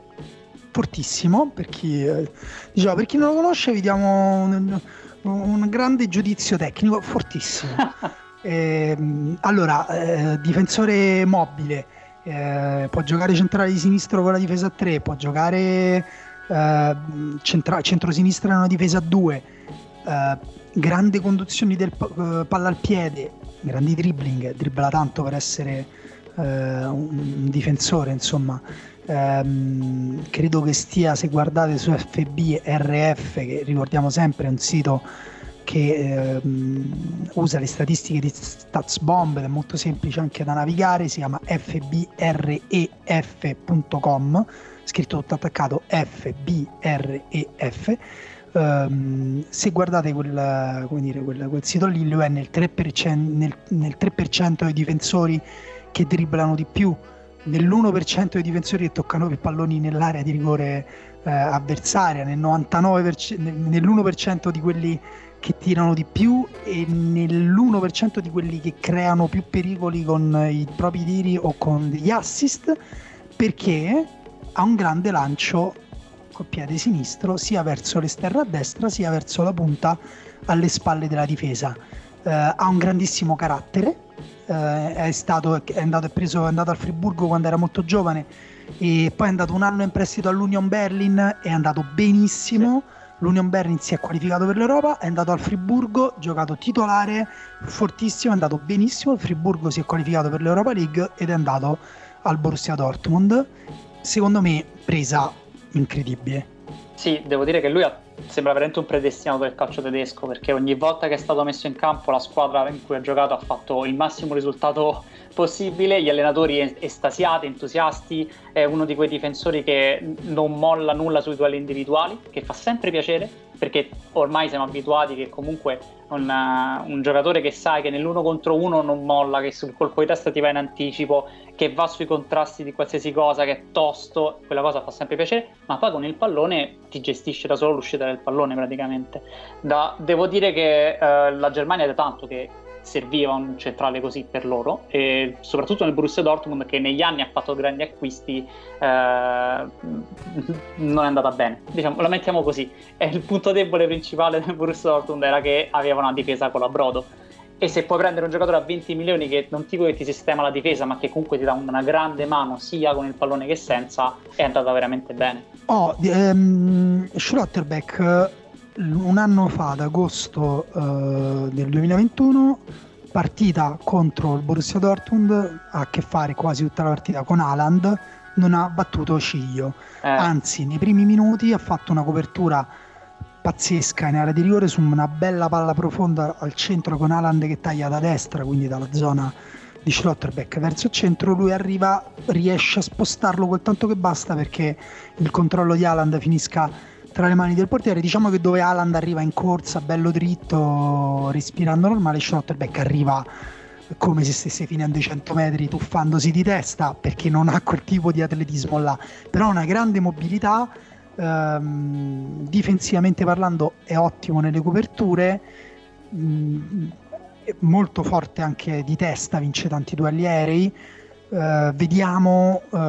fortissimo, per chi, eh, diciamo, per chi non lo conosce vi diamo un, un grande giudizio tecnico, fortissimo. eh, allora, eh, difensore mobile, Eh, può giocare centrale di sinistro con la difesa a tre, può giocare eh, centra- centro-sinistra in una difesa a due, eh, grandi conduzioni del p- palla al piede, grandi dribbling, dribbla tanto per essere eh, un, un difensore, insomma. Ehm, credo che stia, se guardate su F B R F, che ricordiamo sempre è un sito che ehm, usa le statistiche di StatsBomb ed è molto semplice anche da navigare, si chiama f b r e f punto com, scritto tutto attaccato f b r e f. Um, se guardate quel, come dire, quel, quel sito lì, lui è nel tre per cento, nel, nel tre per cento dei difensori che dribblano di più, nell'uno per cento dei difensori che toccano i palloni nell'area di rigore eh, avversaria, nel novantanove per cento, nell'uno per cento di quelli che tirano di più e nell'uno per cento di quelli che creano più pericoli con i propri tiri o con gli assist, perché ha un grande lancio col piede sinistro sia verso l'esterno a destra sia verso la punta alle spalle della difesa. Eh, ha un grandissimo carattere, eh, è stato è andato, è preso, è andato al Friburgo quando era molto giovane e poi è andato un anno in prestito all'Union Berlin, è andato benissimo. Sì. L'Union Berlin si è qualificato per l'Europa, è andato al Friburgo, giocato titolare, fortissimo, è andato benissimo. Il Friburgo si è qualificato per l'Europa League ed è andato al Borussia Dortmund. Secondo me, presa incredibile. Sì, devo dire che lui ha, sembra veramente un predestinato del calcio tedesco, perché ogni volta che è stato messo in campo la squadra in cui ha giocato ha fatto il massimo risultato possibile, gli allenatori estasiati, entusiasti, è uno di quei difensori che non molla nulla sui duelli individuali, che fa sempre piacere, perché ormai siamo abituati che comunque un, uh, un giocatore che sai che nell'uno contro uno non molla, che sul colpo di testa ti va in anticipo, che va sui contrasti di qualsiasi cosa, che è tosto, quella cosa fa sempre piacere, ma poi con il pallone ti gestisce da solo l'uscita del pallone praticamente. Da, devo dire che uh, la Germania è da tanto che serviva un centrale così per loro, e soprattutto nel Borussia Dortmund, che negli anni ha fatto grandi acquisti, eh, non è andata bene, diciamo, la mettiamo così. E il punto debole principale del Borussia Dortmund era che aveva una difesa con la brodo, e se puoi prendere un giocatore a venti milioni che non dico che ti sistema la difesa, ma che comunque ti dà una grande mano sia con il pallone che senza, è andata veramente bene. Oh, um, Schlotterbeck un anno fa, ad agosto uh, del duemilaventuno, partita contro il Borussia Dortmund, ha a che fare quasi tutta la partita con Haaland, non ha battuto ciglio, eh. anzi nei primi minuti ha fatto una copertura pazzesca in area di rigore su una bella palla profonda al centro con Haaland che taglia da destra, quindi dalla zona di Schlotterbeck verso il centro. Lui arriva, riesce a spostarlo quel tanto che basta perché il controllo di Haaland finisca tra le mani del portiere. Diciamo che dove Haaland arriva in corsa bello dritto, respirando normale, Schlotterbeck arriva come se stesse finendo i cento metri tuffandosi di testa, perché non ha quel tipo di atletismo là, però ha una grande mobilità, ehm, difensivamente parlando è ottimo nelle coperture, mh, è molto forte anche di testa, vince tanti duelli aerei. Uh, vediamo uh,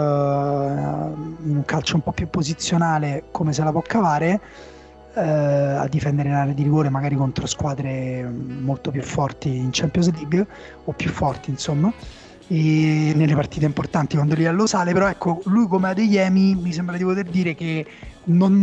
in un calcio un po' più posizionale come se la può cavare uh, a difendere in area di rigore, magari contro squadre molto più forti in Champions League, o più forti insomma, e nelle partite importanti quando lì lo sale. Però ecco, lui come Adeyemi mi sembra di poter dire che non,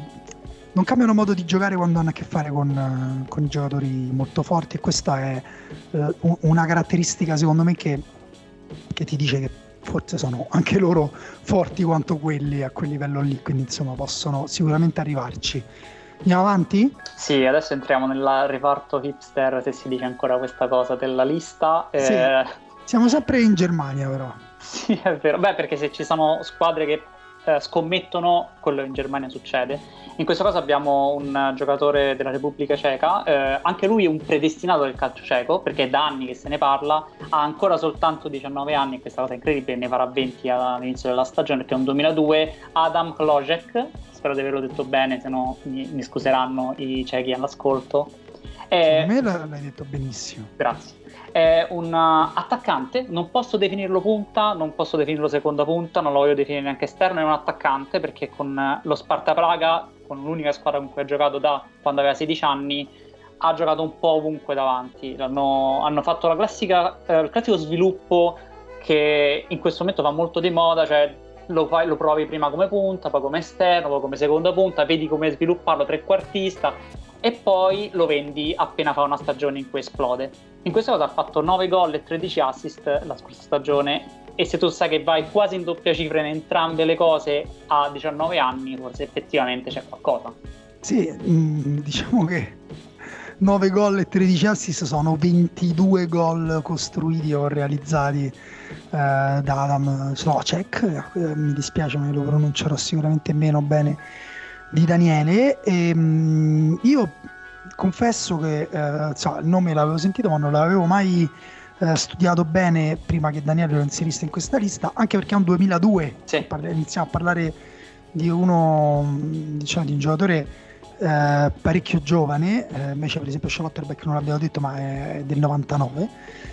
non cambiano modo di giocare quando hanno a che fare con, con i giocatori molto forti, e questa è uh, una caratteristica secondo me che che ti dice che forse sono anche loro forti quanto quelli a quel livello lì, quindi insomma possono sicuramente arrivarci. Andiamo avanti? Sì, adesso entriamo nel reparto hipster, se si dice ancora questa cosa, della lista. Sì, eh... siamo sempre in Germania però. Sì, è vero. Beh, perché se ci sono squadre che eh, scommettono, quello in Germania succede. In questo caso abbiamo un giocatore della Repubblica Ceca, eh, anche lui è un predestinato del calcio ceco, perché è da anni che se ne parla, ha ancora soltanto diciannove anni, questa cosa è incredibile, ne farà venti all'inizio della stagione, perché è un duemiladue, Adam Hložek, spero di averlo detto bene, se no mi, mi scuseranno i cechi all'ascolto. Eh, me l'hai detto benissimo. Grazie. È un attaccante, non posso definirlo punta, non posso definirlo seconda punta, non lo voglio definire neanche esterno, è un attaccante perché con lo Sparta Praga, con l'unica squadra con cui ha giocato da quando aveva sedici anni, ha giocato un po' ovunque davanti. Hanno, hanno fatto la classica, eh, il classico sviluppo che in questo momento va molto di moda, cioè lo, fai, lo provi prima come punta, poi come esterno, poi come seconda punta, vedi come svilupparlo trequartista e poi lo vendi appena fa una stagione in cui esplode. In questo caso ha fatto nove gol e tredici assist la scorsa stagione, e se tu sai che vai quasi in doppia cifra in entrambe le cose a diciannove anni, forse effettivamente c'è qualcosa. Sì, mh, diciamo che nove gol e tredici assist sono ventidue gol costruiti o realizzati eh, da Adam Hložek, eh, mi dispiace ma lo pronuncerò sicuramente meno bene di Daniele. E, mh, io confesso che eh, so, il nome l'avevo sentito ma non l'avevo mai eh, studiato bene prima che Daniele lo inserisse in questa lista, anche perché è un duemiladue, sì. Iniziamo a parlare di uno, diciamo, di un giocatore eh, parecchio giovane, eh, invece per esempio Schlotterbeck non l'abbiamo detto ma è del novantanove,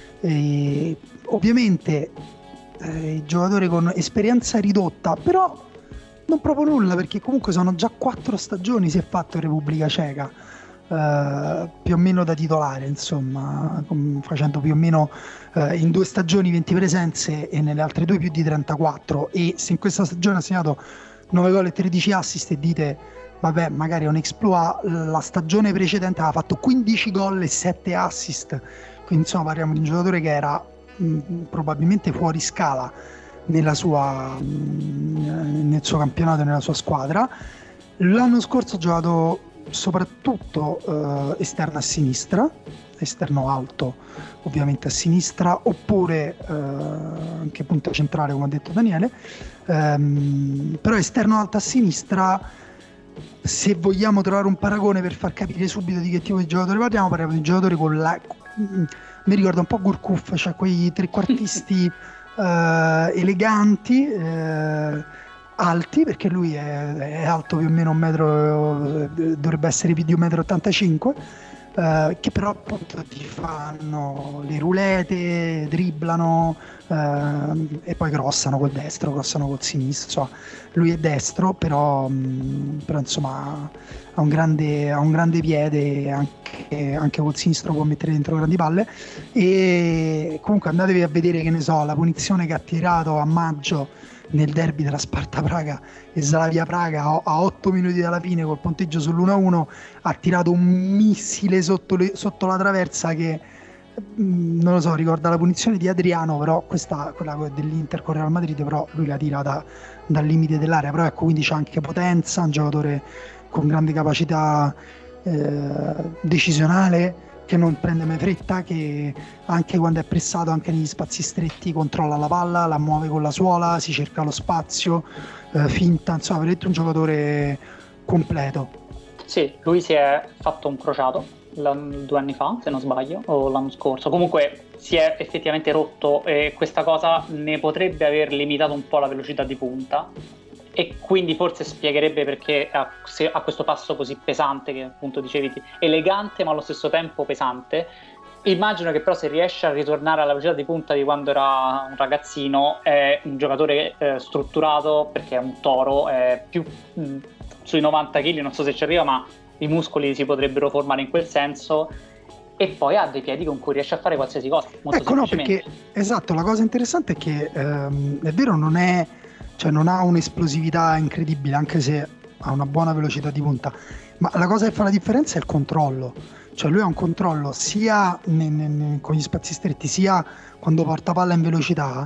e ovviamente eh, giocatore con esperienza ridotta, però non proprio nulla, perché comunque sono già quattro stagioni si è fatto in Repubblica Ceca, eh, più o meno da titolare, insomma, com- facendo più o meno eh, in due stagioni venti presenze e nelle altre due più di trentaquattro, e se in questa stagione ha segnato nove gol e tredici assist e dite vabbè magari è un exploit, la stagione precedente aveva fatto quindici gol e sette assist, quindi insomma parliamo di un giocatore che era mh, probabilmente fuori scala nella sua, nel suo campionato e nella sua squadra. L'anno scorso ha giocato soprattutto eh, esterno a sinistra, esterno alto ovviamente a sinistra, oppure eh, anche punta centrale come ha detto Daniele, ehm, però esterno alto a sinistra se vogliamo trovare un paragone per far capire subito di che tipo di giocatore parliamo, parliamo di un giocatore con la... mi ricorda un po' Gourcuff, cioè quei trequartisti eh, eleganti, eh, alti, perché lui è, è alto più o meno un metro, dovrebbe essere più di un metro e ottantacinque, eh, che però appunto ti fanno le roulette, dribblano eh, e poi crossano col destro, crossano col sinistro. Insomma, lui è destro, però, mh, però insomma ha un grande, ha un grande piede, anche, anche col sinistro può mettere dentro grandi palle. E comunque andatevi a vedere, che ne so, la punizione che ha tirato a maggio nel derby della Sparta Praga e Slavia Praga a otto minuti dalla fine col punteggio sull'uno a uno, ha tirato un missile sotto, le, sotto la traversa che mh, non lo so, ricorda la punizione di Adriano, però questa, quella dell'Inter con Real Madrid, però lui la tira da, dal limite dell'area. Però ecco, quindi c'è anche potenza, un giocatore con grande capacità eh, decisionale, che non prende mai fretta, che anche quando è pressato, anche negli spazi stretti, controlla la palla, la muove con la suola, si cerca lo spazio, eh, finta, insomma, veramente un giocatore completo. Sì, lui si è fatto un crociato due anni fa, se non sbaglio, o l'anno scorso. Comunque si è effettivamente rotto e questa cosa ne potrebbe aver limitato un po' la velocità di punta, e quindi forse spiegherebbe perché ha, se, ha questo passo così pesante, che appunto dicevi, elegante ma allo stesso tempo pesante. Immagino che però se riesce a ritornare alla velocità di punta di quando era un ragazzino, è un giocatore eh, strutturato, perché è un toro, è più mh, sui novanta chili, non so se ci arriva, ma i muscoli si potrebbero formare in quel senso, e poi ha dei piedi con cui riesce a fare qualsiasi cosa, molto ecco, no, semplicemente. perché esatto, la cosa interessante è che ehm, è vero, non è, cioè non ha un'esplosività incredibile, anche se ha una buona velocità di punta, ma la cosa che fa la differenza è il controllo. Cioè lui ha un controllo sia ne, ne, ne, con gli spazi stretti, sia quando porta palla in velocità,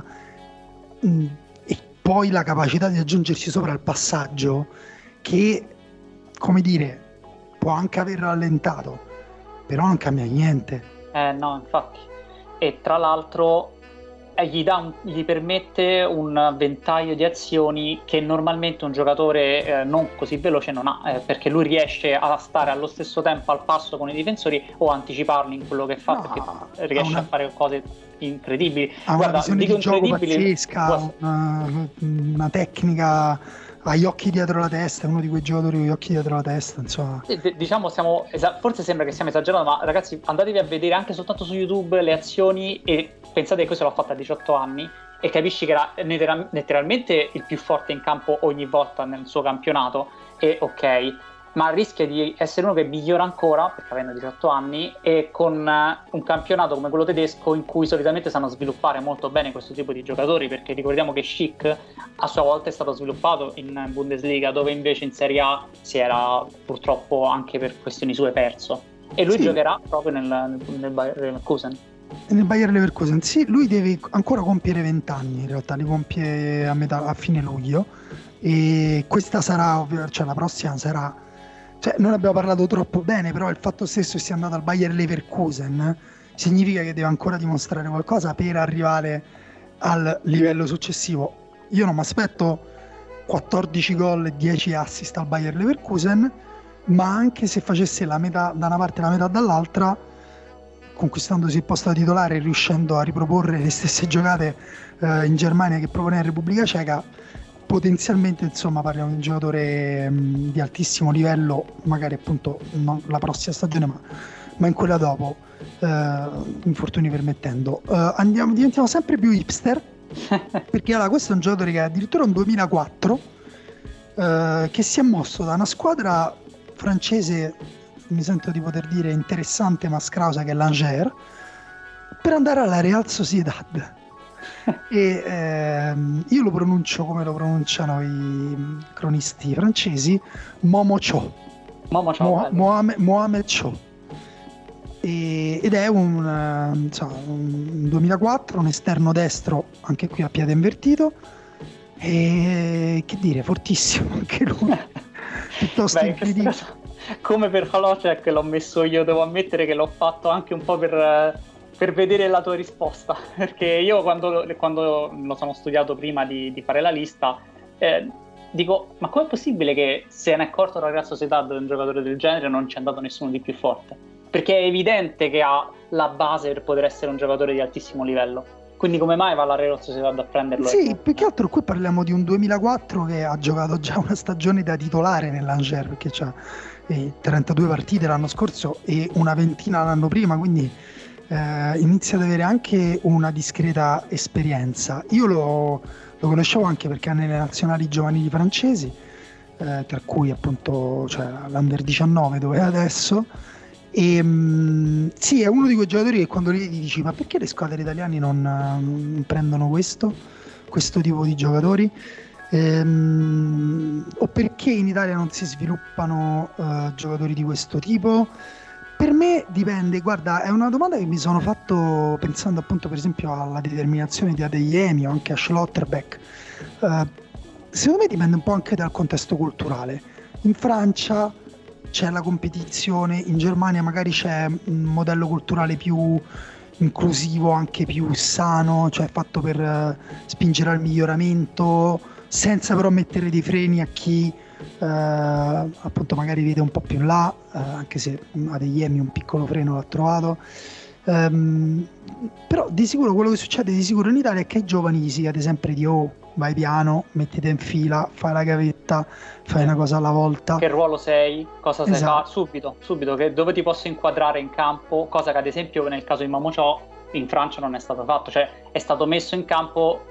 mh, e poi la capacità di aggiungersi sopra il passaggio, che, come dire, può anche aver rallentato, però non cambia niente. Eh no, infatti. E tra l'altro eh, gli, dà un, gli permette un ventaglio di azioni che normalmente un giocatore eh, non così veloce non ha, eh, perché lui riesce a stare allo stesso tempo al passo con i difensori o anticiparli in quello che fa, No, perché riesce una, a fare cose incredibili. ha Guarda, una visione dico di gioco incredibili, pazzesca, una, una tecnica, ha gli occhi dietro la testa, è uno di quei giocatori con gli occhi dietro la testa, insomma. D- diciamo siamo esa- forse sembra che stiamo esagerando, ma ragazzi, andatevi a vedere anche soltanto su YouTube le azioni e pensate che questo l'ha fatto a diciotto anni e capisci che era letteral- letteralmente il più forte in campo ogni volta nel suo campionato, e ok, ma rischia di essere uno che migliora ancora, perché avendo diciotto anni, e con uh, un campionato come quello tedesco, in cui solitamente sanno sviluppare molto bene questo tipo di giocatori, perché ricordiamo che Schick a sua volta è stato sviluppato in Bundesliga, dove invece in Serie A si era purtroppo, anche per questioni sue, perso, e lui Sì. giocherà proprio nel, nel, nel Bayer Leverkusen. Nel Bayer Leverkusen, sì, lui deve ancora compiere venti anni, in realtà li compie a, metà, a fine luglio, e questa sarà, ovvio, cioè la prossima sarà, cioè non abbiamo parlato troppo bene, però il fatto stesso che sia andato al Bayer Leverkusen significa che deve ancora dimostrare qualcosa per arrivare al livello successivo. Io non mi aspetto quattordici gol e dieci assist al Bayer Leverkusen, ma anche se facesse la metà da una parte e la metà dall'altra, conquistandosi il posto da titolare e riuscendo a riproporre le stesse giocate eh, in Germania che propone in Repubblica Ceca, potenzialmente insomma parliamo di un giocatore mh, di altissimo livello, magari appunto non la prossima stagione, ma, ma in quella dopo, eh, infortuni permettendo. Eh, andiamo, diventiamo sempre più hipster, perché allora questo è un giocatore che è addirittura un duemilaquattro, eh, che si è mosso da una squadra francese, mi sento di poter dire interessante ma scrausa, che è l'Angers, per andare alla Real Sociedad. E ehm, io lo pronuncio come lo pronunciano i cronisti francesi, Momo Cho, Momo Cho, Mo- bello. Mohamed, Mohamed Cho. E, ed è un, eh, insomma, un duemilaquattro, un esterno destro, anche qui a piede invertito, e che dire, fortissimo anche lui. Piuttosto Beh, incredibile. cosa, come per Holocek l'ho messo io, devo ammettere che l'ho fatto anche un po' per, per vedere la tua risposta, perché io quando, quando lo sono studiato prima di, di fare la lista, eh, dico, ma com'è possibile che se ne è accorto la Real Sociedad di un giocatore del genere non c'è andato nessuno di più forte? Perché è evidente che ha la base per poter essere un giocatore di altissimo livello. Quindi come mai va la Real Sociedad a prenderlo? Sì, più che altro qui parliamo di un duemilaquattro che ha giocato già una stagione da titolare nell'Angers, perché c'ha eh, trentadue partite l'anno scorso e una ventina l'anno prima, quindi eh, inizia ad avere anche una discreta esperienza. Io lo, lo conoscevo anche perché ha nelle nazionali giovanili francesi, eh, tra cui appunto cioè, l'Under diciannove dove è adesso. E, mh, sì, è uno di quei giocatori che quando gli dici ma perché le squadre italiane non, non prendono questo, questo tipo di giocatori? Ehm, o perché in Italia non si sviluppano uh, giocatori di questo tipo? Per me dipende, guarda, è una domanda che mi sono fatto pensando appunto per esempio alla determinazione di Adeyemi o anche a Schlotterbeck. Uh, secondo me dipende un po' anche dal contesto culturale. In Francia c'è la competizione, in Germania magari c'è un modello culturale più inclusivo, anche più sano, cioè fatto per uh, spingere al miglioramento, senza però mettere dei freni a chi uh, appunto magari vede un po' più in là, uh, anche se Adeyemi un piccolo freno l'ha trovato. Um, però di sicuro quello che succede di sicuro in Italia è che ai giovani gli si chiede sempre di oh, vai piano, mettiti in fila, fai la gavetta, fai una cosa alla volta. Che ruolo sei? Cosa sai Esatto. fare? Subito, subito, che dove ti posso inquadrare in campo, cosa che ad esempio nel caso di Mamouchot in Francia non è stato fatto, cioè è stato messo in campo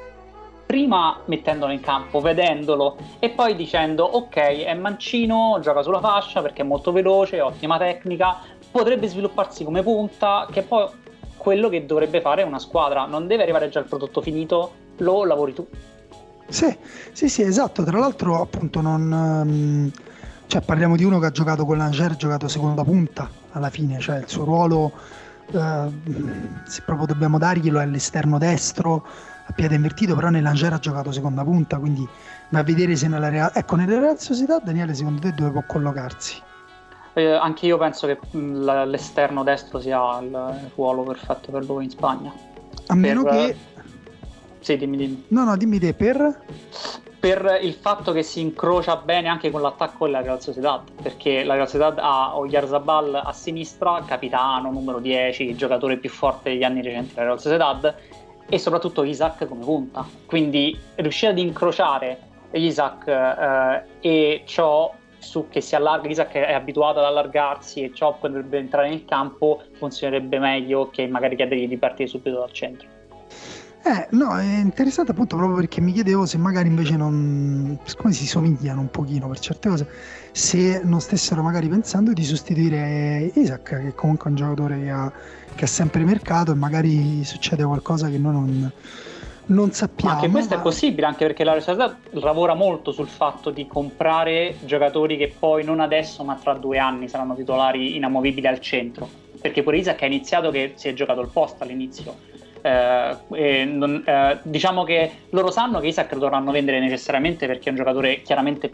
prima mettendolo in campo, vedendolo e poi dicendo ok, è mancino, gioca sulla fascia perché è molto veloce, ottima tecnica, potrebbe svilupparsi come punta, che è poi quello che dovrebbe fare una squadra, non deve arrivare già il prodotto finito, lo lavori tu. Sì, sì, sì, esatto. Tra l'altro, appunto, non um, cioè parliamo di uno che ha giocato con l'Angers, ha giocato seconda punta alla fine, cioè il suo ruolo, uh, se proprio dobbiamo darglielo, è l'esterno destro a piede invertito, però nell'Angers ha giocato seconda punta, quindi va a vedere se nella Real, ecco, nella Real Società, Daniele, secondo te dove può collocarsi? Eh, anche io penso che mh, l- l'esterno destro sia il, il ruolo perfetto per lui in Spagna. A meno Per, che... Sì, dimmi, dimmi. No, no, dimmi te, per... Per il fatto che si incrocia bene anche con l'attacco della Real Sociedad, perché la Real Sociedad ha Oyarzabal a sinistra, capitano, numero dieci, giocatore più forte degli anni recenti della Real Sociedad, e soprattutto Isaac come punta. Quindi riuscire ad incrociare Isaac eh, e ciò su che si allarga, Isaac è abituato ad allargarsi e ciò potrebbe entrare nel campo, funzionerebbe meglio che magari chiedergli di partire subito dal centro. Eh, no, è interessante appunto proprio perché mi chiedevo se magari invece non, siccome si somigliano un pochino per certe cose, se non stessero magari pensando di sostituire Isaac, che comunque è un giocatore che ha, che ha sempre mercato e magari succede qualcosa che noi non, non sappiamo. Ma anche questo ma... è possibile, anche perché la Società lavora molto sul fatto di comprare giocatori che poi non adesso ma tra due anni saranno titolari inamovibili al centro, perché pure Isaac ha iniziato che si è giocato il post all'inizio. Eh, e non, eh, diciamo che loro sanno che Isaac lo dovranno vendere necessariamente perché è un giocatore chiaramente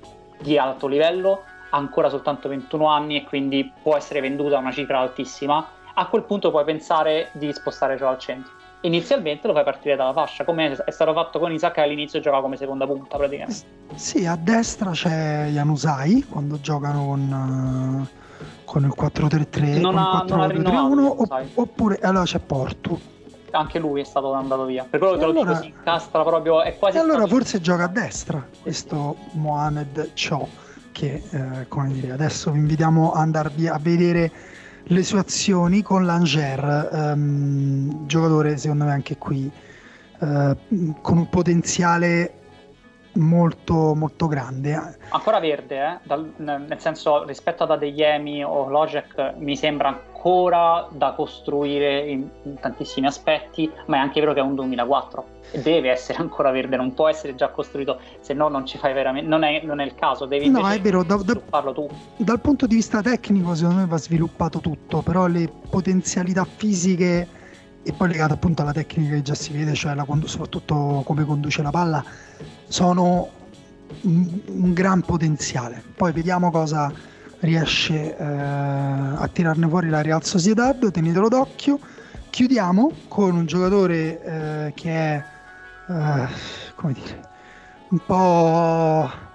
di alto livello, ha ancora soltanto ventuno anni e quindi può essere venduto a una cifra altissima. A quel punto puoi pensare di spostare ciò al centro. Inizialmente lo fai partire dalla fascia, come è stato fatto con Isaac, che all'inizio giocava come seconda punta praticamente. Sì, a destra c'è Januzaj quando giocano con, con il quattro tre tre, non con ha, il quattro due tre uno, oppure allora c'è Portu. Anche lui è stato andato via, per quello te lo allora, dico, si incastra proprio, è quasi e allora forse gioca a destra questo Mohamed Cho, che eh, come dire, adesso vi invitiamo ad andarvi a vedere le sue azioni con l'Angers, ehm, giocatore secondo me anche qui eh, con un potenziale molto molto grande, ancora verde, eh? Dal, nel senso, rispetto ad Adeyemi o Lojek mi sembra ancora da costruire in, in tantissimi aspetti, ma è anche vero che è un duemilaquattro e deve essere ancora verde, non può essere già costruito, se no non ci fai veramente, non è, non è il caso, devi invece no, è vero, da, svilupparlo tu. Dal punto di vista tecnico secondo me va sviluppato tutto, però le potenzialità fisiche e poi legato appunto alla tecnica che già si vede, cioè la, soprattutto come conduce la palla, sono un, un gran potenziale. Poi vediamo cosa riesce eh, a tirarne fuori la Real Sociedad, tenetelo d'occhio. Chiudiamo con un giocatore eh, che è eh, come dire un po'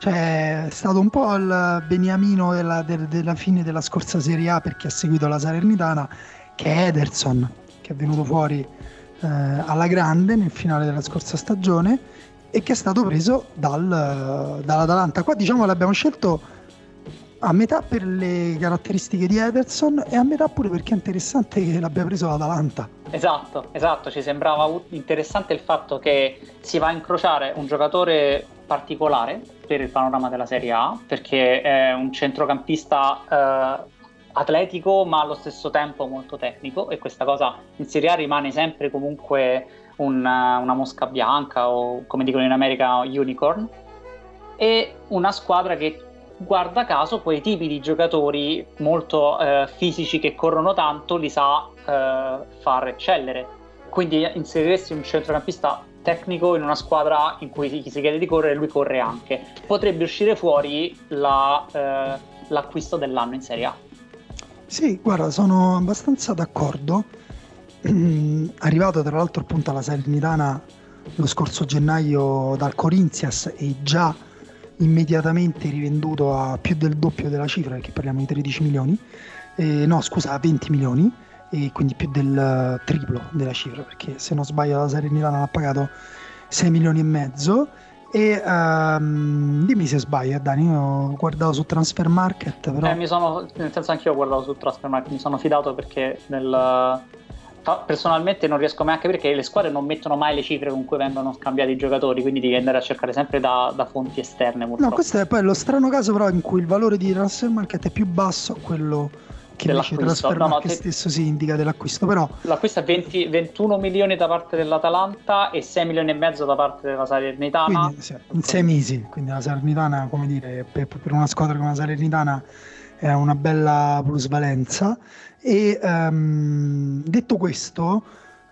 Cioè, è stato un po' il beniamino della, del- della fine della scorsa Serie A per chi ha seguito la Salernitana, che è Ederson, che è venuto fuori eh, alla grande nel finale della scorsa stagione e che è stato preso dal, dall'Atalanta. Qua diciamo l'abbiamo scelto a metà per le caratteristiche di Ederson e a metà pure perché è interessante che l'abbia preso l'Atalanta. Esatto, esatto, ci sembrava u- interessante il fatto che si va a incrociare un giocatore particolare per il panorama della Serie A, perché è un centrocampista eh, atletico ma allo stesso tempo molto tecnico, e questa cosa in Serie A rimane sempre comunque una, una mosca bianca, o come dicono in America unicorn, e una squadra che, guarda caso, quei tipi di giocatori molto eh, fisici che corrono tanto li sa eh, far eccellere. Quindi inseriresti un centrocampista tecnico in una squadra in cui si, si chiede di correre e lui corre anche. Potrebbe uscire fuori la, eh, l'acquisto dell'anno in Serie A. Sì, guarda, sono abbastanza d'accordo. Arrivato tra l'altro appunto alla Salernitana lo scorso gennaio dal Corinthians e già immediatamente rivenduto a più del doppio della cifra, perché parliamo di tredici milioni, eh, no scusa, venti milioni, e quindi più del eh, triplo della cifra, perché se non sbaglio la Salernitana l'ha pagato sei milioni e mezzo. E ehm, dimmi se sbaglio, eh, Dani, io ho guardato su Transfer Market, però Eh, mi sono, nel senso, anch'io ho guardato su Transfermarkt, mi sono fidato perché nel, fa- personalmente non riesco mai a capire che le squadre non mettono mai le cifre con cui vengono scambiati i giocatori, quindi devi andare a cercare sempre da, da fonti esterne, no, purtroppo, questo è poi lo strano caso però in cui il valore di Transfer Market è più basso a quello che invece dell'acquisto. Transfer No, no, Market te- stesso si indica dell'acquisto, però l'acquisto è venti, ventuno milioni da parte dell'Atalanta e sei milioni e mezzo da parte della Salernitana. quindi sì, in sei mesi, quindi la Salernitana, come dire, per, per una squadra come la Salernitana è una bella plusvalenza. E ehm, detto questo,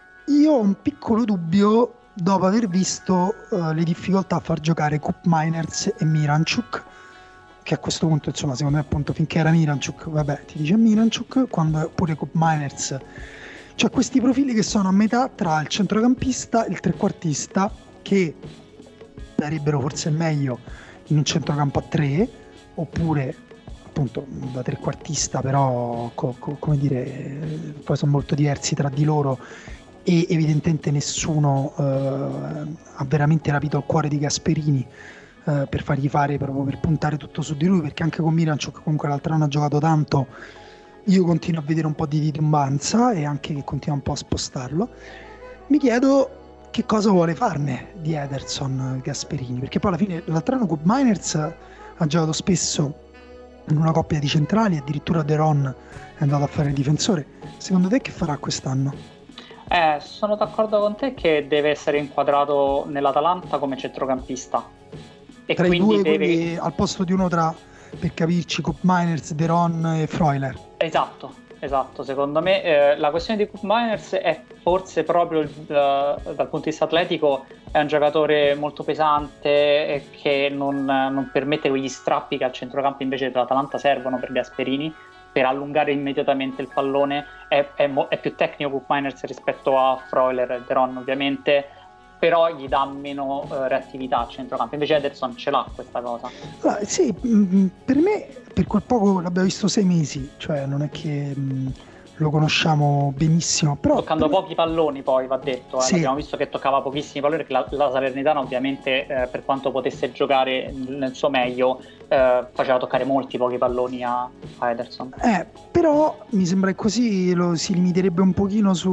io ho un piccolo dubbio dopo aver visto eh, le difficoltà a far giocare Koop Miners e Miranchuk, che a questo punto, insomma, secondo me appunto finché era Miranchuk, vabbè, ti dice Miranchuk, quando pure Koop Miners, cioè questi profili che sono a metà tra il centrocampista e il trequartista, che darebbero forse il meglio in un centrocampo a tre, oppure appunto da trequartista, però co- co- come dire, eh, poi sono molto diversi tra di loro e evidentemente nessuno eh, ha veramente rapito il cuore di Gasperini eh, per fargli fare, proprio per puntare tutto su di lui, perché anche con Miranchuk comunque l'altro anno ha giocato tanto, io continuo a vedere un po' di titubanza e anche che continua un po' a spostarlo. Mi chiedo che cosa vuole farne di Ederson Gasperini, perché poi alla fine l'altro anno Koop Miners ha giocato spesso in una coppia di centrali, addirittura De Ron è andato a fare il difensore. Secondo te che farà quest'anno? Eh, sono d'accordo con te che deve essere inquadrato nell'Atalanta come centrocampista e Tra i quindi due, deve... quelli al posto di uno tra, per capirci, Koop Miners, De Ron e Freuler. Esatto, esatto, secondo me eh, la questione di Koop Miners è forse proprio il- dal punto di vista atletico, è un giocatore molto pesante e che non, non permette quegli strappi che al centrocampo invece dell'Atalanta servono per Gasperini, per allungare immediatamente il pallone. È, è mo- è più tecnico Koop Miners rispetto a Freuler e De Ron ovviamente, però gli dà meno eh, reattività al centrocampo, invece Ederson ce l'ha questa cosa. Allora, sì, mh, per me, per quel poco l'abbiamo visto sei mesi, cioè non è che mh, lo conosciamo benissimo, però Toccando per me- pochi palloni, poi va detto, eh. sì, Abbiamo visto che toccava pochissimi palloni, perché la, la Salernitana ovviamente eh, per quanto potesse giocare nel suo meglio eh, faceva toccare molti pochi palloni a, a Ederson. eh, però mi sembra che così lo si limiterebbe un pochino su,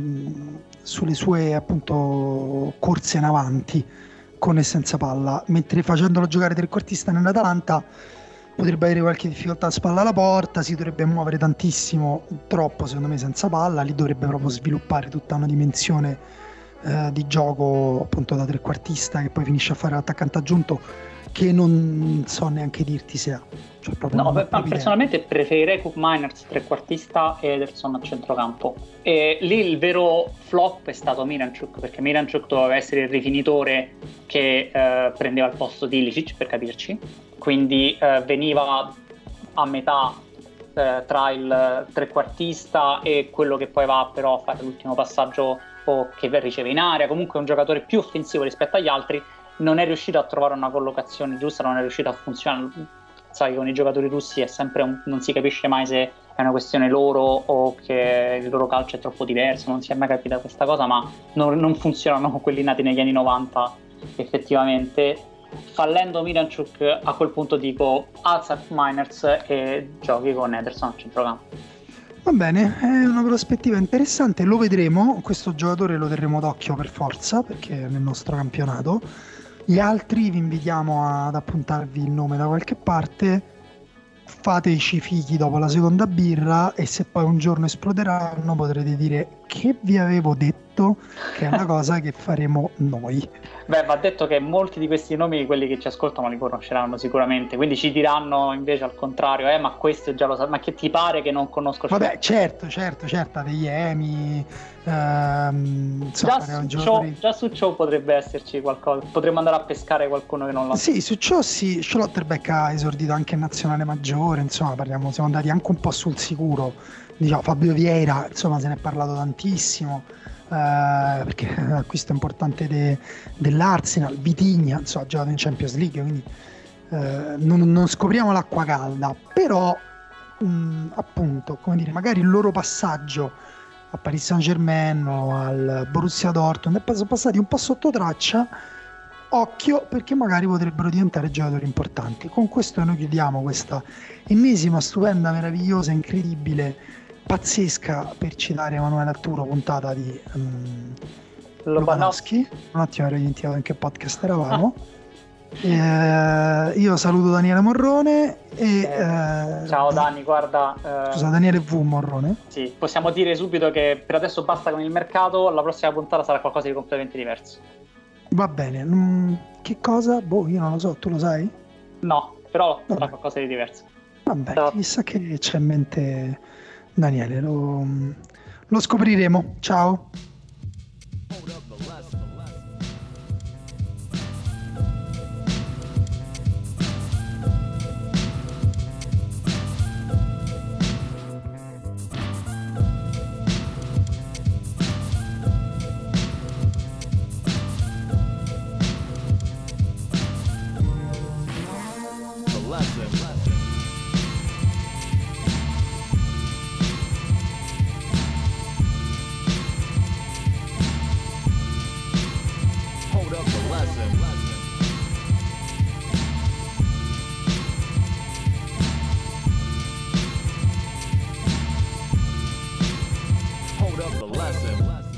mh, sulle sue appunto corse in avanti con e senza palla, mentre facendolo giocare trequartista nell'Atalanta potrebbe avere qualche difficoltà a spalla alla porta, si dovrebbe muovere tantissimo, troppo secondo me senza palla, lì dovrebbe proprio sviluppare tutta una dimensione eh, di gioco appunto da trequartista che poi finisce a fare l'attaccante aggiunto che non so neanche dirti se ha. Cioè, proprio No, non ho per- ma proprio idea. personalmente preferirei Koop Miners trequartista e Ederson a centrocampo. E lì il vero flop è stato Miranchuk, perché Miranchuk doveva essere il rifinitore che eh, prendeva il posto di Ilicic, per capirci, quindi eh, veniva a metà eh, tra il trequartista e quello che poi va però a fare l'ultimo passaggio o che riceve in area, comunque un giocatore più offensivo rispetto agli altri, non è riuscito a trovare una collocazione giusta, non è riuscito a funzionare. Sai, con i giocatori russi è sempre un, non si capisce mai se è una questione loro o che il loro calcio è troppo diverso, non si è mai capita questa cosa, ma non, non funzionano quelli nati negli anni novanta effettivamente. Fallendo Miranchuk, a quel punto dico alza Miners e giochi con Ederson a centrocampo. Va bene, è una prospettiva interessante, lo vedremo, questo giocatore lo terremo d'occhio per forza perché è nel nostro campionato. Gli altri vi invitiamo ad appuntarvi il nome da qualche parte, fateci fichi dopo la seconda birra e se poi un giorno esploderanno potrete dire che vi avevo detto, che è una cosa che faremo noi. Beh, va detto che molti di questi nomi, quelli che ci ascoltano, li conosceranno sicuramente, quindi ci diranno invece al contrario, eh, ma questo già lo sa, ma che ti pare che non conosco? Vabbè, certo, certo, certo, degli Emi, ehm, insomma, già, su giocatori... Ciò, già su ciò potrebbe esserci qualcosa, potremmo andare a pescare qualcuno che non lo sa. Sì, su ciò sì, Schlotterbeck ha esordito anche in nazionale maggiore, insomma, parliamo, siamo andati anche un po' sul sicuro, diciamo, Fabio Vieira, insomma, se ne è parlato tantissimo. Uh, perché è un acquisto importante de, dell'Arsenal, Vitigna, insomma, ha giocato in Champions League, quindi uh, non, non scopriamo l'acqua calda, però mh, appunto, come dire, magari il loro passaggio a Paris Saint-Germain o al Borussia Dortmund sono passati un po' sotto traccia, occhio perché magari potrebbero diventare giocatori importanti. Con questo noi chiudiamo questa ennesima, stupenda, meravigliosa, incredibile, pazzesca, per citare Emanuele Arturo, puntata di um, Lobanowski. Un attimo ero dimenticato in che podcast eravamo. Ah. Eh, io saluto Daniele Morrone e, eh, ciao Dani, guarda eh, scusa, Daniele V Morrone. Sì, possiamo dire subito che per adesso basta con il mercato, la prossima puntata sarà qualcosa di completamente diverso. Va bene, mm, che cosa? Boh, io non lo so, tu lo sai? No, però Vabbè. sarà qualcosa di diverso. Vabbè, ciao. Chissà che c'è in mente Daniele, lo, lo scopriremo. Ciao. Hold up the lesson.